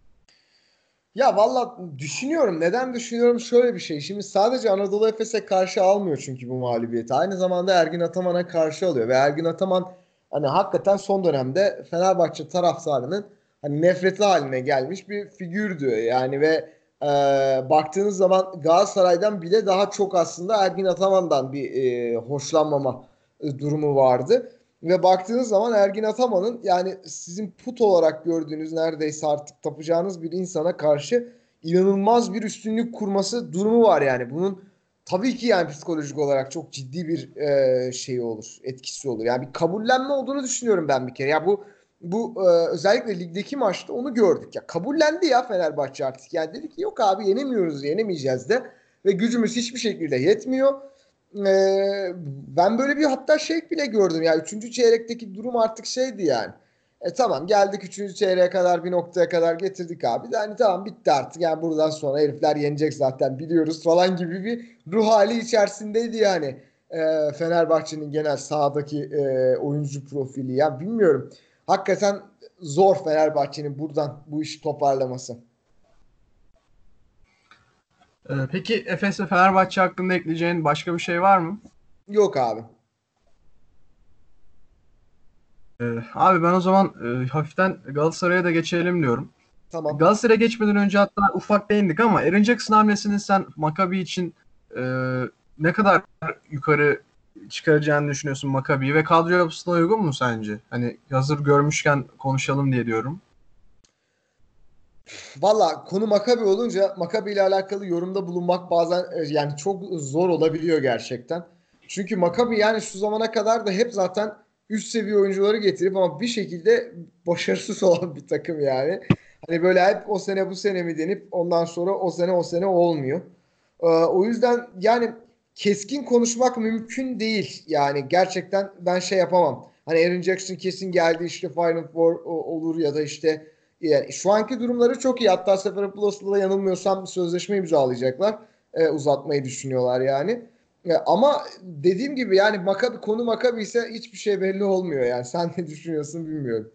Ya valla düşünüyorum. Neden düşünüyorum? Şöyle bir şey. Şimdi sadece Anadolu Efes'e karşı almıyor çünkü bu mağlubiyeti. Aynı zamanda Ergin Ataman'a karşı alıyor. Ve Ergin Ataman hani hakikaten son dönemde Fenerbahçe taraftarının hani nefreti haline gelmiş bir figürdü. Yani ve e, baktığınız zaman Galatasaray'dan bile daha çok aslında Ergin Ataman'dan bir e, hoşlanmama e, durumu vardı. Ve baktığınız zaman Ergin Ataman'ın yani sizin put olarak gördüğünüz neredeyse artık tapacağınız bir insana karşı inanılmaz bir üstünlük kurması durumu var yani. Bunun tabii ki yani psikolojik olarak çok ciddi bir e, şey olur, etkisi olur. Yani bir kabullenme olduğunu düşünüyorum ben bir kere. Ya bu bu e, özellikle ligdeki maçta onu gördük ya. Kabullendi ya Fenerbahçe artık. Yani dedi ki yok abi yenemiyoruz, yenemeyeceğiz de ve gücümüz hiçbir şekilde yetmiyor. Ee, Ben böyle bir hatta şey bile gördüm ya. Üçüncü çeyrekteki durum artık şeydi yani. E tamam geldik üçüncü çeyreğe kadar bir noktaya kadar getirdik abi. Yani tamam bitti artık. Yani buradan sonra herifler yenecek zaten biliyoruz falan gibi bir ruh hali içerisindeydi yani. E, Fenerbahçe'nin genel sahadaki e, oyuncu profili. Ya bilmiyorum. Hakikaten zor Fenerbahçe'nin buradan bu işi toparlaması. Ee, peki Efes ve Fenerbahçe hakkında ekleyeceğin başka bir şey var mı? Yok abi. Ee, abi ben o zaman e, hafiften Galatasaray'a da geçelim diyorum. Tamam. Galatasaray'a geçmeden önce hatta ufak değindik ama Aaron Jackson hamlesini sen Maccabi için e, ne kadar yukarı çıkaracağını düşünüyorsun Maccabi'yi ve kadro yapısına uygun mu sence? Hani hazır görmüşken konuşalım diye diyorum. Valla konu Makabi olunca Makabi ile alakalı yorumda bulunmak bazen e, yani çok zor olabiliyor gerçekten. Çünkü Makabi yani şu zamana kadar da hep zaten üst seviye oyuncuları getirip ama bir şekilde başarısız olan bir takım yani. Hani böyle hep o sene bu sene mi denip ondan sonra o sene o sene olmuyor. Ee, o yüzden yani keskin konuşmak mümkün değil. Yani gerçekten ben şey yapamam. Hani Aaron Jackson kesin geldi işte Final Four o- olur ya da işte yani şu anki durumları çok iyi. Hatta Seferopoulos'la da yanılmıyorsam bir sözleşme imzalayacaklar. E, uzatmayı düşünüyorlar yani. E, ama dediğim gibi yani Makabi, konu Makabi ise hiçbir şey belli olmuyor yani. Sen ne düşünüyorsun bilmiyorum.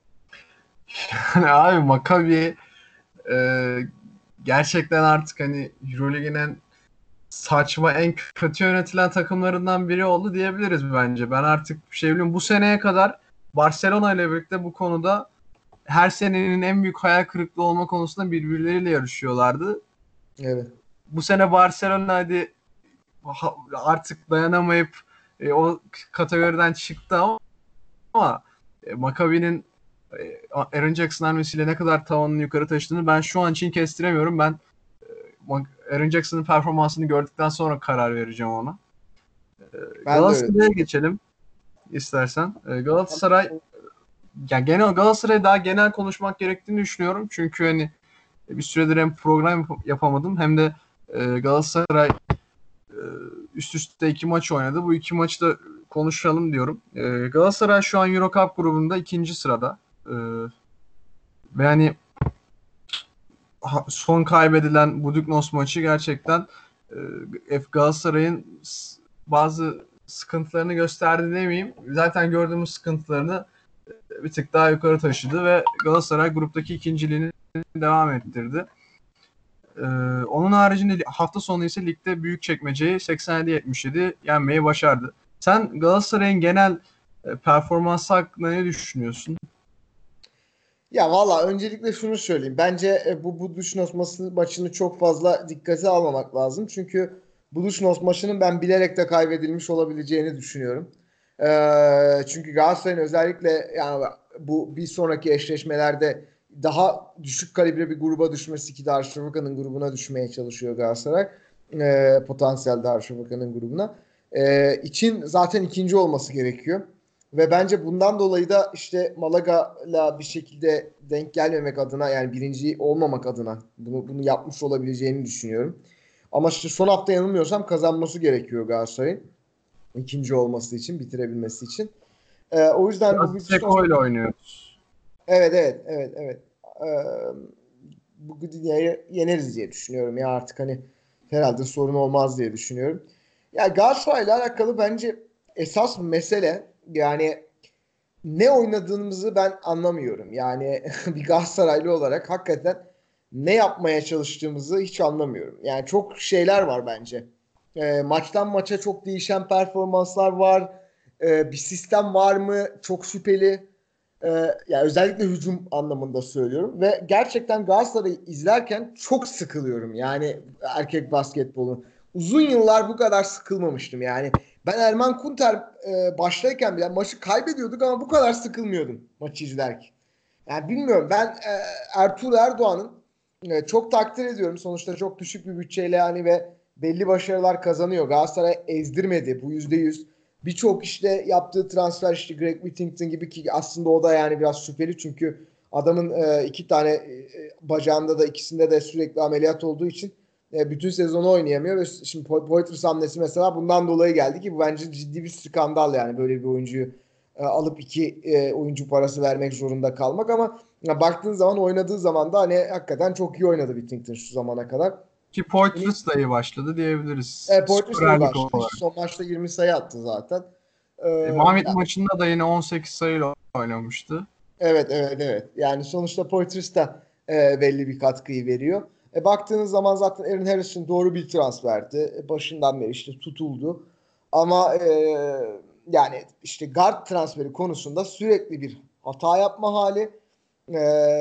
Yani abi Maccabi e, gerçekten artık hani Euroleague'in saçma en kötü yönetilen takımlarından biri oldu diyebiliriz bence. Ben artık bir şey bilmiyorum. Bu seneye kadar Barcelona ile birlikte bu konuda her senenin en büyük hayal kırıklığı olma konusunda birbirleriyle yarışıyorlardı. Evet. Bu sene Barcelona hadi ha- artık dayanamayıp e, o kategoriden çıktı ama, ama e, Maccabi'nin e, Aaron Jackson hamlesiyle ne kadar tavanını yukarı taşıdığını ben şu an için kestiremiyorum. Ben Aaron Jackson'ın performansını gördükten sonra karar vereceğim ona. Ben de öyle. Galatasaray'a geçelim istersen. E, Galatasaray yani genel Galatasaray daha genel konuşmak gerektiğini düşünüyorum. Çünkü hani bir süredir hem program yap- yapamadım hem de e, Galatasaray e, üst üste iki maç oynadı. Bu iki maçı da konuşalım diyorum. E, Galatasaray şu an Euro Cup grubunda ikinci sırada. E, ve hani ha- son kaybedilen Buduknos maçı gerçekten e, Galatasaray'ın s- bazı sıkıntılarını gösterdi demeyeyim. Zaten gördüğümüz sıkıntılarını bir tık daha yukarı taşıdı ve Galatasaray gruptaki ikinciliğini devam ettirdi. Ee, onun haricinde hafta sonu ise ligde Büyükçekmece'yi seksen yedi yetmiş yedi yenmeyi başardı. Sen Galatasaray'ın genel e, performansı hakkında ne düşünüyorsun? Ya valla öncelikle şunu söyleyeyim. Bence e, bu Budućnost maçı- maçını çok fazla dikkate almamak lazım. Çünkü Budućnost maçının ben bilerek de kaybedilmiş olabileceğini düşünüyorum. Ee, çünkü Galatasaray'ın özellikle yani bu bir sonraki eşleşmelerde daha düşük kalibre bir gruba düşmesi ki Darüşşafaka'nın grubuna düşmeye çalışıyor Galatasaray. E, potansiyel Darüşşafaka'nın grubuna. E, için zaten ikinci olması gerekiyor. Ve bence bundan dolayı da işte Malaga'la bir şekilde denk gelmemek adına yani birinci olmamak adına bunu, bunu yapmış olabileceğini düşünüyorum. Ama işte son hafta yanılmıyorsam kazanması gerekiyor Galatasaray'ın. İkinci olması için, bitirebilmesi için. Ee, o yüzden bu Biraz bir Seko ile oynuyoruz. Evet, evet, evet, evet. Ee, bu Gdynia'yı yeneriz diye düşünüyorum ya artık hani herhalde sorun olmaz diye düşünüyorum. Ya Galatasaray'la alakalı bence esas mesele yani ne oynadığımızı ben anlamıyorum. Yani bir Galatasaraylı olarak hakikaten ne yapmaya çalıştığımızı hiç anlamıyorum. Yani çok şeyler var bence. E, maçtan maça çok değişen performanslar var. E, bir sistem var mı? Çok şüpheli. E, yani özellikle hücum anlamında söylüyorum. Ve gerçekten Galatasaray'ı izlerken çok sıkılıyorum. Yani erkek basketbolu. Uzun yıllar bu kadar sıkılmamıştım. Yani ben Erman Kunter e, başlarken bile maçı kaybediyorduk ama bu kadar sıkılmıyordum maçı izlerken. Yani bilmiyorum ben e, Ertuğrul Erdoğan'ın e, çok takdir ediyorum. Sonuçta çok düşük bir bütçeyle yani ve belli başarılar kazanıyor. Galatasaray ezdirmedi bu yüzde yüz. Birçok işte yaptığı transfer işte Greg Whittington gibi ki aslında o da yani biraz şüpheli çünkü adamın e, iki tane e, bacağında da ikisinde de sürekli ameliyat olduğu için e, bütün sezonu oynayamıyor ve şimdi Poitras hamlesi mesela bundan dolayı geldi ki bu bence ciddi bir skandal yani böyle bir oyuncuyu e, alıp iki e, oyuncu parası vermek zorunda kalmak ama ya baktığın zaman oynadığı zaman da hani hakikaten çok iyi oynadı Whittington şu zamana kadar. Ki Yeni, Poitras da iyi başladı diyebiliriz. e, Poitras da iyi Skorerlik başladı. olarak. Son maçta yirmi sayı attı zaten. E, E, Mahmut ya, maçında da yine on sekiz sayıyla oynamıştı. evet, evet, evet. Yani sonuçta Poitras da e, belli bir katkıyı veriyor. E, baktığınız zaman zaten Aaron Harrison doğru bir transferdi. E, başından beri işte tutuldu. Ama e, yani işte guard transferi konusunda sürekli bir hata yapma hali. Ee,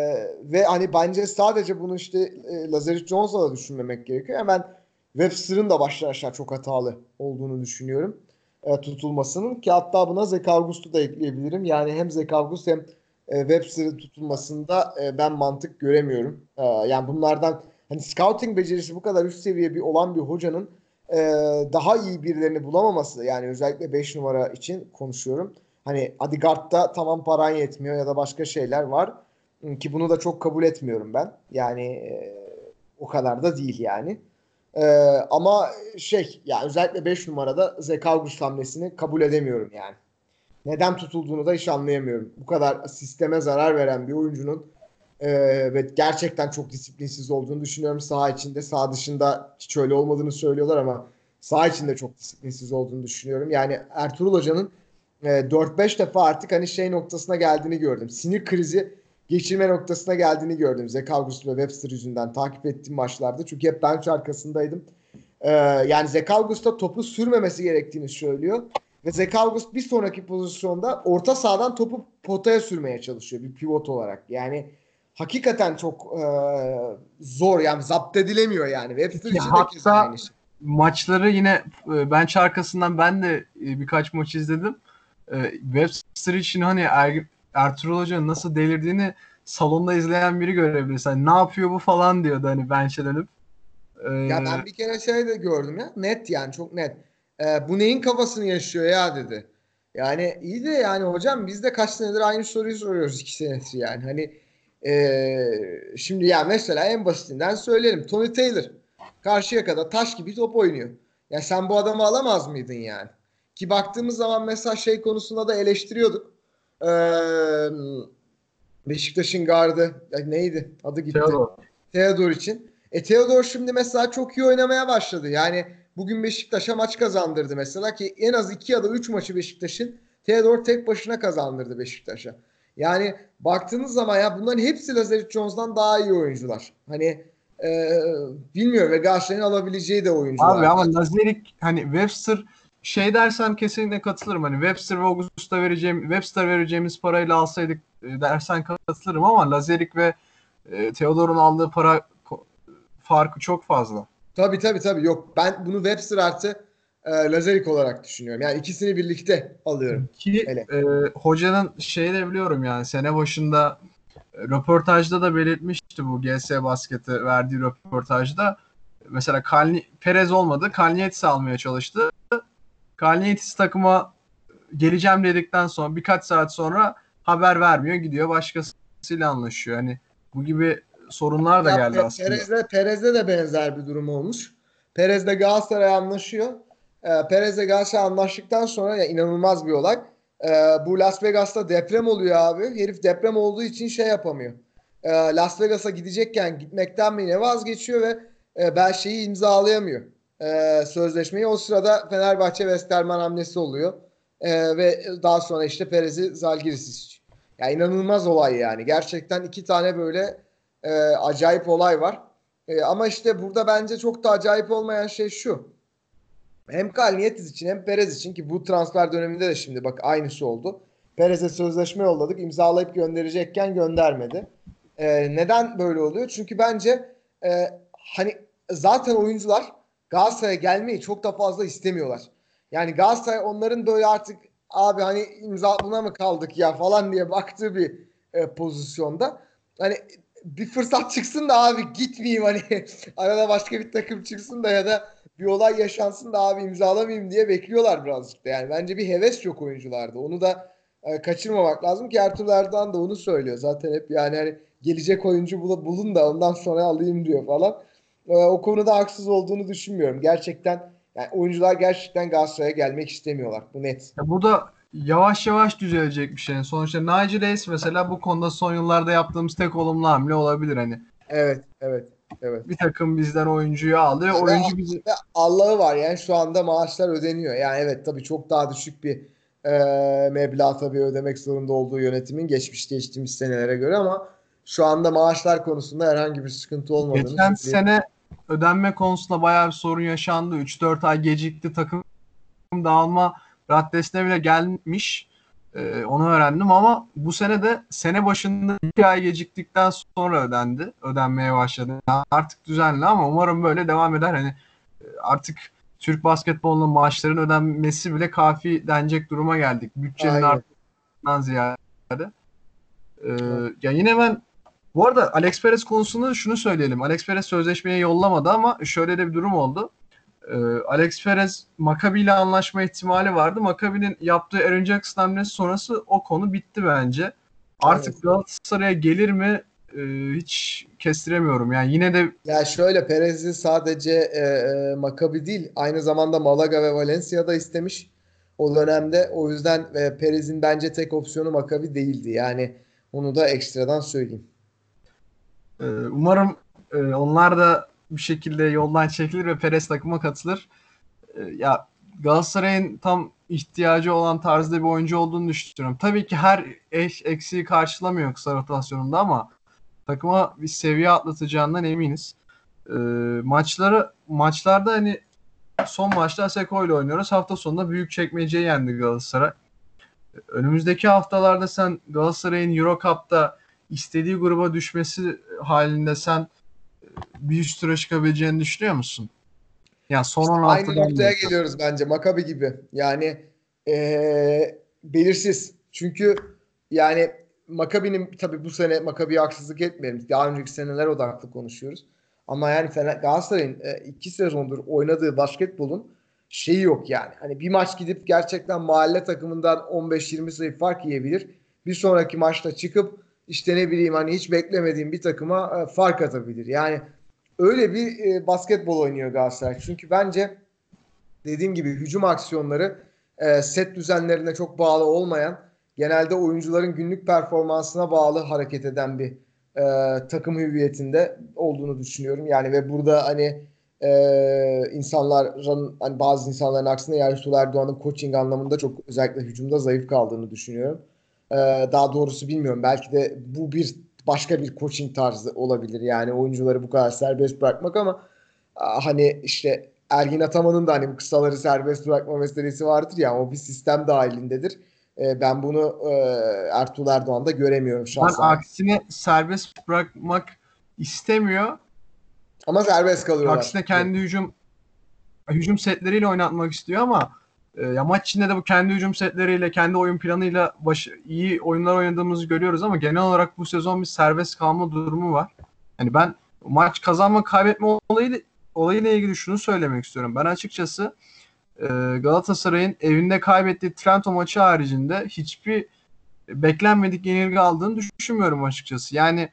ve hani bence sadece bunu işte e, Lazarus Jones'la da düşünmemek gerekiyor. Hemen Webster'ın da baştan aşağı çok hatalı olduğunu düşünüyorum. E, tutulmasının ki hatta buna Zach August'u da ekleyebilirim. Yani hem Zach August hem e, Webster'ın tutulmasında e, ben mantık göremiyorum. E, yani bunlardan hani scouting becerisi bu kadar üst seviye bir olan bir hocanın e, daha iyi birilerini bulamaması yani özellikle beş numara için konuşuyorum. Hani hadi guard'da tamam paran yetmiyor ya da başka şeyler var. Ki bunu da çok kabul etmiyorum ben. Yani e, o kadar da değil yani. E, ama şey ya özellikle beş numarada Zach August hamlesini kabul edemiyorum yani. Neden tutulduğunu da hiç anlayamıyorum. Bu kadar sisteme zarar veren bir oyuncunun e, ve gerçekten çok disiplinsiz olduğunu düşünüyorum. Saha içinde, saha dışında hiç öyle olmadığını söylüyorlar ama saha içinde çok disiplinsiz olduğunu düşünüyorum. Yani Ertuğrul Hoca'nın e, dört beş defa artık hani şey noktasına geldiğini gördüm. Sinir krizi geçirme noktasına geldiğini gördüm. Zach August ve Webster yüzünden takip ettiğim maçlarda. Çünkü hep bench arkasındaydım. Ee, yani Zach August'a topu sürmemesi gerektiğini söylüyor. Ve Zach August bir sonraki pozisyonda orta sahadan topu potaya sürmeye çalışıyor bir pivot olarak. Yani hakikaten çok e, zor yani zapt edilemiyor yani. Webster Ki için de keza hatta aynı şey. maçları yine e, bench arkasından ben de e, birkaç maç izledim. E, Webster için hani er, Ertuğrul Hoca'nın nasıl delirdiğini salonda izleyen biri görebilir. Hani ne yapıyor bu falan diyordu hani bench'e dönüp. E, Ya ben bir kere şey de gördüm ya. Net yani çok net. Ee, bu neyin kafasını yaşıyor ya dedi. Yani iyi de yani hocam biz de kaç senedir aynı soruyu soruyoruz iki senedir yani. Hani ee, şimdi ya mesela en basitinden söyleyelim. Tony Taylor Karşıyaka'da taş gibi top oynuyor. Ya sen bu adamı alamaz mıydın yani? Ki baktığımız zaman mesela şey konusunda da eleştiriyorduk. Ee, Beşiktaş'ın gardı ya neydi? Adı gitti. Theodore. Theodor için. E Theodor şimdi mesela çok iyi oynamaya başladı. Yani bugün Beşiktaş'a maç kazandırdı mesela ki en az iki ya da üç maçı Beşiktaş'ın Theodor tek başına kazandırdı Beşiktaş'a. Yani baktığınız zaman ya bunların hepsi Lazarus Jones'dan daha iyi oyuncular. Hani e, bilmiyorum ve Galatasaray'ın alabileceği de Abi oyuncular. ama Lazerik hani Webster şey dersem kesinlikle katılırım. Hani Webster ve August'a vereceğim Webster vereceğimiz parayla alsaydık e, dersen katılırım ama Lazerik ve e, Theodore'un aldığı para ko- farkı çok fazla. Tabii, tabii, tabii, yok ben bunu Webster artı e, Lazarik olarak düşünüyorum. Yani ikisini birlikte alıyorum. Ki Hele. e, hocanın şeyi de biliyorum yani sene başında röportajda da belirtmişti, bu G S Basket'e verdiği röportajda. Mesela Kalni, Perez olmadı. Kalniettis'i almaya çalıştı. Kalniettis takıma geleceğim dedikten sonra birkaç saat sonra haber vermiyor, gidiyor başkasıyla anlaşıyor. Hani bu gibi sorunlar da Ya geldi Pe- aslında. Perez'de Perez'de de benzer bir durum olmuş. Perez'le Galatasaray anlaşıyor. Ee, Perez'le Galatasaray anlaştıktan sonra ya inanılmaz bir olay. Ee, bu Las Vegas'ta deprem oluyor abi. Herif deprem olduğu için şey yapamıyor. Ee, Las Vegas'a gidecekken gitmekten mi ne vazgeçiyor ve e, ben şeyi imzalayamıyor. Ee, sözleşmeyi. O sırada Fenerbahçe Westerman hamlesi oluyor. Ee, ve daha sonra işte Perez'i Zalgiris istiyor. Ya inanılmaz olay yani. Gerçekten iki tane böyle e, acayip olay var. E, ama işte burada bence çok da acayip olmayan şey şu. Hem Kalniettis için hem Perez için, ki bu transfer döneminde de şimdi bak aynısı oldu. Perez'e sözleşme yolladık, imzalayıp gönderecekken göndermedi. E, neden böyle oluyor? Çünkü bence e, hani zaten oyuncular Galatasaray'a gelmeyi çok da fazla istemiyorlar. Yani Galatasaray onların böyle artık abi hani imza buna mı kaldık ya falan diye baktığı bir e, pozisyonda. Hani bir fırsat çıksın da abi gitmeyeyim, hani arada başka bir takım çıksın da ya da bir olay yaşansın da abi imzalamayayım diye bekliyorlar birazcık da. Yani bence bir heves yok oyuncularda. Onu da e, kaçırmamak lazım ki Ertuğrul Erdoğan da onu söylüyor. Zaten hep yani hani gelecek oyuncu bul- bulun da ondan sonra alayım diyor falan. E, o konuda haksız olduğunu düşünmüyorum. Gerçekten yani oyuncular gerçekten Galatasaray'a gelmek istemiyorlar. Bu net. Ya bu da yavaş yavaş düzelecek bir şey. Sonuçta Naci Reis mesela bu konuda son yıllarda yaptığımız tek olumlu hamle olabilir. Hani Evet, evet, evet. bir takım bizden oyuncuyu aldı. Ve, Oyuncu bizi ve Allah'ı var yani şu anda maaşlar ödeniyor. Yani evet tabii çok daha düşük bir e, meblağ tabii ödemek zorunda olduğu yönetimin geçmiş geçtiğimiz senelere göre, ama şu anda maaşlar konusunda herhangi bir sıkıntı olmadığını geçen söyleyeyim. sene ödenme konusunda bayağı bir sorun yaşandı. üç dört ay gecikti. Takım dağılma raddesine bile gelmiş. Ee, onu öğrendim ama bu sene de sene başında iki ay geciktikten sonra ödendi. Ödenmeye başladı. Yani artık düzenli ama umarım böyle devam eder. Hani e, artık Türk basketbolunun maaşların ödenmesi bile kafi denecek duruma geldik. Bütçenin Aynen. artmasından ziyade. Ee, ya yine ben bu arada Alex Perez konusunda şunu söyleyelim. Alex Perez sözleşmeyi yollamadı ama şöyle de bir durum oldu. Ee, Alex Perez Maccabi ile anlaşma ihtimali vardı. Maccabi'nin yaptığı Aaron Jackson hamlesi sonrası o konu bitti bence. Evet. Artık Galatasaray'a gelir mi e, hiç kestiremiyorum. Yani yine de Ya şöyle Perez'i sadece e, e, Maccabi değil aynı zamanda Malaga ve Valencia'da istemiş o dönemde. O yüzden e, Perez'in bence tek opsiyonu Maccabi değildi. Yani onu da ekstradan söyleyeyim. e, umarım e, onlar da bir şekilde yoldan çekilir ve Perez takıma katılır. E, ya Galatasaray'ın tam ihtiyacı olan tarzda bir oyuncu olduğunu düşünüyorum. Tabii ki her eş eksiği karşılamıyor kısa rotasyonunda ama takıma bir seviye atlatacağından eminiz. E, maçları maçlarda hani son maçta Aseko ile oynuyoruz. Hafta sonunda Büyükçekmece'yi yendi Galatasaray. Önümüzdeki haftalarda sen Galatasaray'ın Euro Cup'ta istediği gruba düşmesi halinde sen bir üst tura çıkabileceğini düşünüyor musun? Yani son İşte aynı on altıdan noktaya mı? geliyoruz bence Maccabi gibi. Yani eee, belirsiz. Çünkü yani Maccabi'nin tabii bu sene Maccabi'ye haksızlık etmeyelim. Daha önceki seneler odaklı konuşuyoruz. Ama yani Fener, Galatasaray'ın e, iki sezondur oynadığı basketbolun şeyi yok yani. Hani bir maç gidip gerçekten mahalle takımından on beş yirmi sayı fark yiyebilir. Bir sonraki maçta çıkıp işte ne bileyim hani hiç beklemediğim bir takıma e, fark atabilir. Yani öyle bir e, basketbol oynuyor Galatasaray. Çünkü bence dediğim gibi hücum aksiyonları e, set düzenlerine çok bağlı olmayan, genelde oyuncuların günlük performansına bağlı hareket eden bir e, takım hüviyetinde olduğunu düşünüyorum. Yani ve burada hani e, insanların hani bazı insanların aksine Ertuğrul Erdoğan'ın coaching anlamında çok özellikle hücumda zayıf kaldığını düşünüyorum. E, daha doğrusu bilmiyorum. Belki de bu bir başka bir coaching tarzı olabilir. Yani oyuncuları bu kadar serbest bırakmak, ama hani işte Ergin Ataman'ın da hani bu kısaları serbest bırakma meselesi vardır ya, o bir sistem dahilindedir. E, ben bunu e, Ertuğrul Erdoğan'da göremiyorum Ben şahsen. aksine serbest bırakmak istemiyor. Ama serbest kalıyorlar Aksine diyor. kendi hücum hücum setleriyle oynatmak istiyor ama E, ya maç içinde de bu kendi hücum setleriyle, kendi oyun planıyla baş, iyi oyunlar oynadığımızı görüyoruz ama genel olarak bu sezon bir serbest kalma durumu var. Hani ben maç kazanma kaybetme olayı olayıyla ilgili şunu söylemek istiyorum. Ben açıkçası e, Galatasaray'ın evinde kaybettiği Trento maçı haricinde hiçbir beklenmedik yenilgi aldığını düşünmüyorum açıkçası. Yani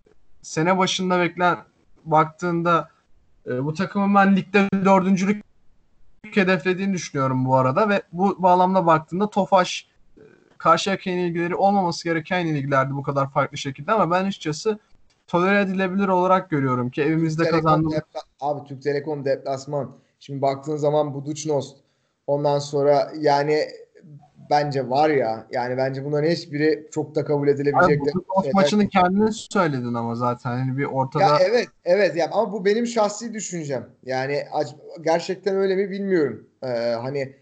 sene başında beklen baktığında e, bu takımın ben ligde dördüncülük hedeflediğini düşünüyorum bu arada ve bu bağlamda baktığında Tofaş, e, Karşıyaka yenilgileri olmaması gereken yenilgilerdi bu kadar farklı şekilde ama ben açıkçası tolere edilebilir olarak görüyorum ki Türk evimizde Telekom kazandığımız. depla abi Türk Telekom deplasman. Şimdi baktığın zaman Budućnost. Ondan sonra yani bence var ya yani bence bunların hiçbiri çok da kabul Abi edilebilecek de bu Tofaş şeyler maçını değil. kendin söyledin ama zaten hani bir Ya ortada. evet evet ya ama bu benim şahsi düşüncem. Yani ac- gerçekten öyle mi bilmiyorum. Ee, hani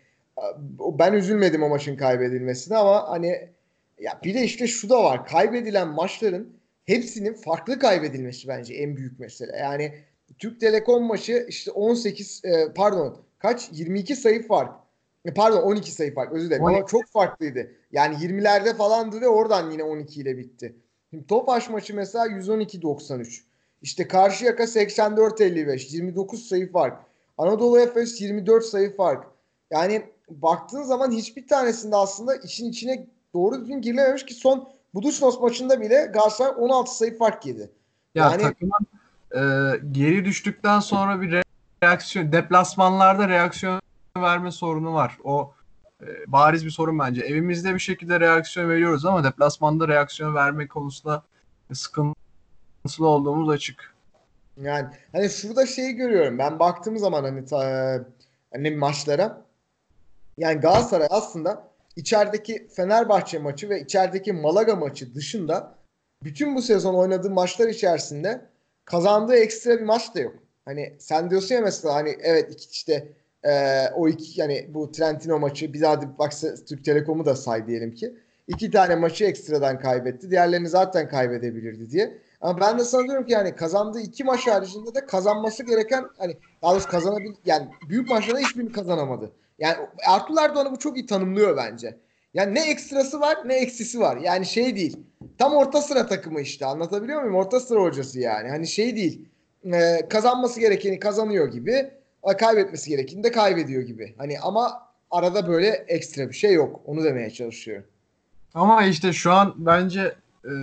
a- ben üzülmedim o maçın kaybedilmesine ama hani ya bir de işte şu da var. Kaybedilen maçların hepsinin farklı kaybedilmesi bence en büyük mesele. Yani Türk Telekom maçı işte on sekiz e, pardon kaç yirmi iki sayı fark. E, Pardon on iki sayı fark özür dilerim ama çok farklıydı. Yani yirmilerde falandı ve oradan yine on iki ile bitti. Şimdi Tofaş maçı mesela yüz on iki doksan üç. İşte Karşıyaka seksen dört elli beş. yirmi dokuz sayı fark. Anadolu Efes yirmi dört sayı fark. Yani baktığın zaman hiçbir tanesinde aslında işin içine doğru düzgün girilememiş ki son Budućnost maçında bile Galatasaray on altı sayı fark yedi. Ya Yani takımın e, geri düştükten sonra bir reaksiyon, deplasmanlarda reaksiyon verme sorunu var. O e, bariz bir sorun bence. Evimizde bir şekilde reaksiyon veriyoruz ama deplasmanda reaksiyon verme konusunda sıkıntılı olduğumuz açık. yani hani şurada şeyi görüyorum. Ben baktığım zaman hani ta- hani maçlara yani Galatasaray aslında içerideki Fenerbahçe maçı ve içerideki Malaga maçı dışında bütün bu sezon oynadığı maçlar içerisinde kazandığı ekstra bir maç da yok. Hani sen diyorsun ya mesela hani evet iki işte e, o iki yani bu Trentino maçı bir daha bak Türk Telekom'u da say diyelim ki. İki tane maçı ekstradan kaybetti. Diğerlerini zaten kaybedebilirdi diye. Ama ben de sana diyorum ki yani kazandığı iki maç haricinde de kazanması gereken hani daha doğrusu kazanabil yani büyük maçlarda hiçbirini kazanamadı. Yani Ertuğrul Erdoğan'ı bu çok iyi tanımlıyor bence. Yani ne ekstrası var ne eksisi var. Yani şey değil. Tam orta sıra takımı işte anlatabiliyor muyum? Orta sıra hocası yani. Hani şey değil. E, kazanması gerekeni kazanıyor gibi. Kaybetmesi gerekeni de kaybediyor gibi. Hani ama arada böyle ekstra bir şey yok. Onu demeye çalışıyorum. Ama işte şu an bence e,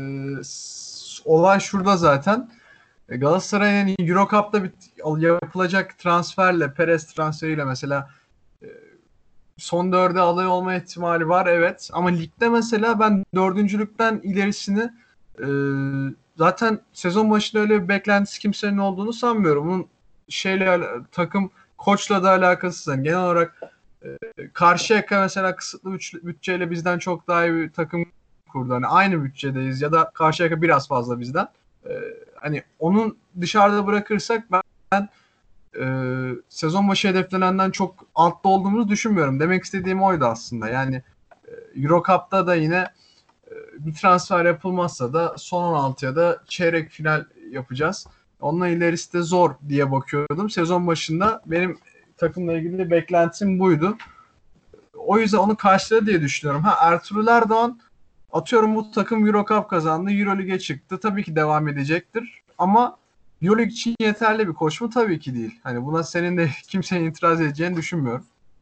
s- olay şurada zaten. E, Galatasaray'ın Euro Cup'ta bir, yapılacak transferle, Perez transferiyle mesela son dörde aday olma ihtimali var evet. Ama ligde mesela ben dördüncülükten ilerisini e, zaten sezon başında öyle bir beklentisi kimsenin olduğunu sanmıyorum. Bunun şeyle takım koçla da alakasız. Yani genel olarak e, Karşıyaka mesela kısıtlı bütçe- bütçeyle bizden çok daha iyi bir takım kurdu. Hani aynı bütçedeyiz ya da Karşıyaka biraz fazla bizden. E, hani onun dışarıda bırakırsak ben e, sezon başı hedeflenenden çok altta olduğumuzu düşünmüyorum. Demek istediğim oydu aslında. Yani e, Euro Cup'ta da yine e, bir transfer yapılmazsa da son on altı ya da çeyrek final yapacağız. Onunla ilerisi de zor diye bakıyordum. Sezon başında benim takımla ilgili beklentim buydu. O yüzden onu karşıladı diye düşünüyorum. Ha Ertuğrul Erdoğan atıyorum bu takım Euro Cup kazandı. Euro Lig'e çıktı. Tabii ki devam edecektir. Ama Euro Lig için yeterli bir koç mu? Tabii ki değil. Hani buna senin de kimsenin itiraz edeceğini düşünmüyorum.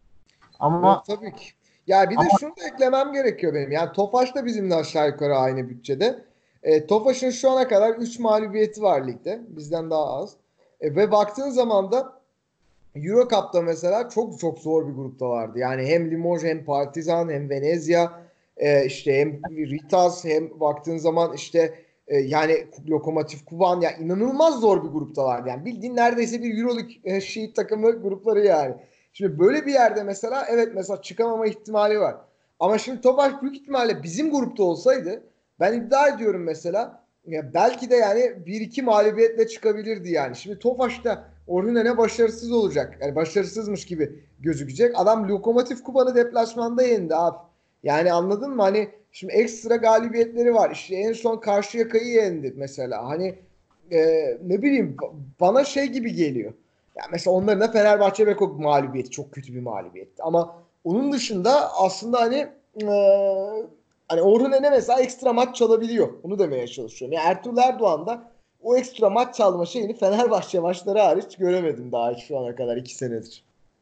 Ama Yok tabii ki. Ya bir de ama şunu da eklemem gerekiyor benim. Yani Tofaş da bizimle aşağı yukarı aynı bütçede. E, Tofaş'ın şu ana kadar üç mağlubiyeti var ligde. Bizden daha az. E, ve baktığın zaman da Euro Cup'ta mesela çok çok zor bir gruptalardı. Yani hem Limoges hem Partizan hem Venezia e, işte hem Ritas hem baktığın zaman işte e, yani Lokomotiv Kuban ya inanılmaz zor bir gruptalardı. Yani bildiğin neredeyse bir Euroleague e, şey takımı grupları yani. Şimdi böyle bir yerde mesela evet mesela çıkamama ihtimali var. Ama şimdi Topaş büyük ihtimalle bizim grupta olsaydı ben iddia ediyorum mesela ya belki de yani bir iki mağlubiyetle çıkabilirdi yani. Şimdi Tofaş'ta Orhunen'e başarısız olacak. Yani başarısızmış gibi gözükecek. Adam Lokomotiv Kuban'ı deplasmanda yendi abi. Yani anladın mı? Hani şimdi ekstra galibiyetleri var. İşte en son Karşıyaka'yı yendi mesela. Hani e, ne bileyim bana şey gibi geliyor. Ya mesela onların da Fenerbahçe Beko mağlubiyeti çok kötü bir mağlubiyetti. Ama Onun dışında aslında hani e, hani Orhun Ene mesela ekstra maç çalabiliyor. Onu demeye çalışıyorum. Yani Ertuğrul Erdoğan da o ekstra maç çalma şeyini Fenerbahçe maçları hariç göremedim daha hiç şu ana kadar iki senedir.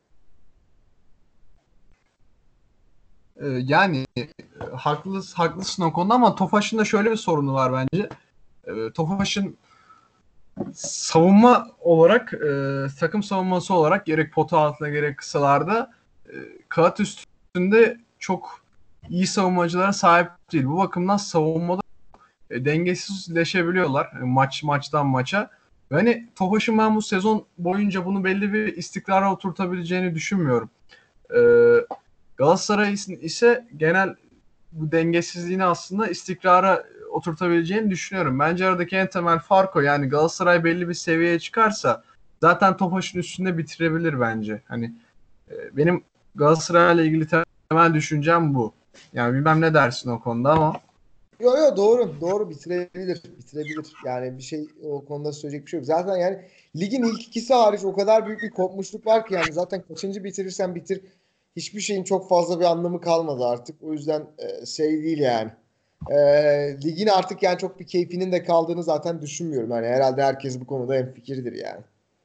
Ee, yani e, haklısın, haklısın o konuda ama Tofaş'ın da şöyle bir sorunu var bence. Ee, Tofaş'ın savunma olarak e, takım savunması olarak gerek pota altına gerek kısalarda e, kağıt üstünde çok iyi savunmacılara sahip değil. Bu bakımdan savunmada e, dengesizleşebiliyorlar e, maç maçtan maça. Ve hani Tofaş'ın ben bu sezon boyunca bunu belli bir istikrara oturtabileceğini düşünmüyorum. E, Galatasaray ise genel bu dengesizliğini aslında istikrara oturtabileceğini düşünüyorum. Bence aradaki en temel fark o. Yani Galatasaray belli bir seviyeye çıkarsa zaten Tofaş'ın üstünde bitirebilir bence. Hani e, benim Galatasaray'la ilgili temel düşüncem bu. Yani bilmem ne dersin o konuda ama Yo yo doğru. Doğru bitirebilir. Bitirebilir. Yani bir şey o konuda söyleyecek bir şey yok. Zaten yani ligin ilk ikisi hariç o kadar büyük bir kopmuşluk var ki yani zaten kaçıncı bitirirsen bitir hiçbir şeyin çok fazla bir anlamı kalmadı artık. O yüzden e, şey değil yani. E, ligin artık yani çok bir keyfinin de kaldığını zaten düşünmüyorum. Yani herhalde herkes bu konuda hemfikirdir yani.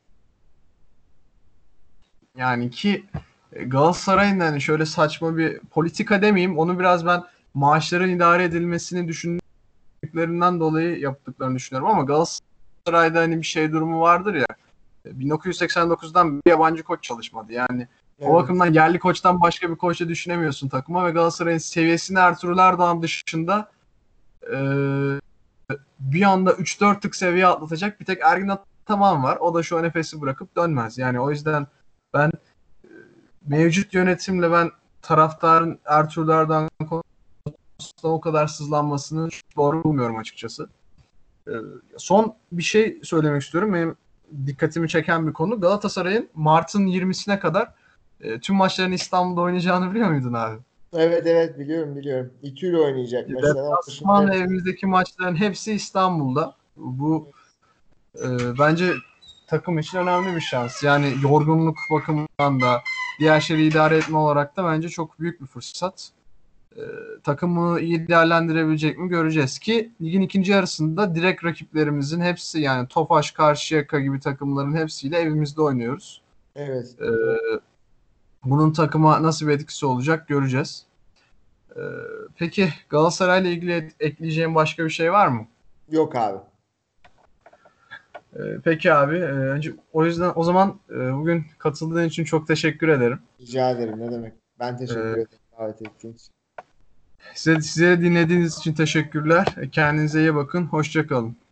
yani ki e, Galatasaray'ın da hani şöyle saçma bir politika demeyeyim. Onu biraz ben maaşların idare edilmesini düşündüklerinden dolayı yaptıklarını düşünüyorum ama Galatasaray'da hani bir şey durumu vardır ya. bin dokuz yüz seksen dokuzdan bir yabancı koç çalışmadı. Yani o Evet. bakımdan yerli koçtan başka bir koç da düşünemiyorsun takıma ve Galatasaray'ın seviyesini Ertuğrul Erdoğan dışında e, bir anda üç dört tık seviye atlatacak bir tek Ergin Ataman var. O da şu an Efes'i bırakıp dönmez. Yani o yüzden ben mevcut yönetimle ben taraftarın Ertuğrul Erdoğan konusunda o kadar sızlanmasını doğru bulmuyorum açıkçası. Ee, Son bir şey söylemek istiyorum. Benim dikkatimi çeken bir konu. Galatasaray'ın Mart'ın yirmisine kadar e, tüm maçlarını İstanbul'da oynayacağını biliyor muydun abi? Evet evet biliyorum biliyorum. İTÜ ile oynayacak mesela. Onun dışında Deplasman ve evimizdeki maçların hepsi İstanbul'da. Bu e, bence takım için önemli bir şans. Yani yorgunluk bakımından da diğer şeyleri idare etme olarak da bence çok büyük bir fırsat. E, Takımı iyi değerlendirebilecek mi göreceğiz ki ligin ikinci yarısında direkt rakiplerimizin hepsi yani Tofaş, Karşıyaka gibi takımların hepsiyle evimizde oynuyoruz. evet. E, Bunun takıma nasıl bir etkisi olacak göreceğiz. E, peki Galatasaray'la ilgili ekleyeceğim başka bir şey var mı? Yok abi. E, peki abi, e, önce o yüzden o zaman e, bugün katıldığın için çok teşekkür ederim. Rica ederim. Ne demek? Ben teşekkür E, ederim davet ettiğin için. size, size dinlediğiniz için teşekkürler. E, Kendinize iyi bakın. Hoşça kalın.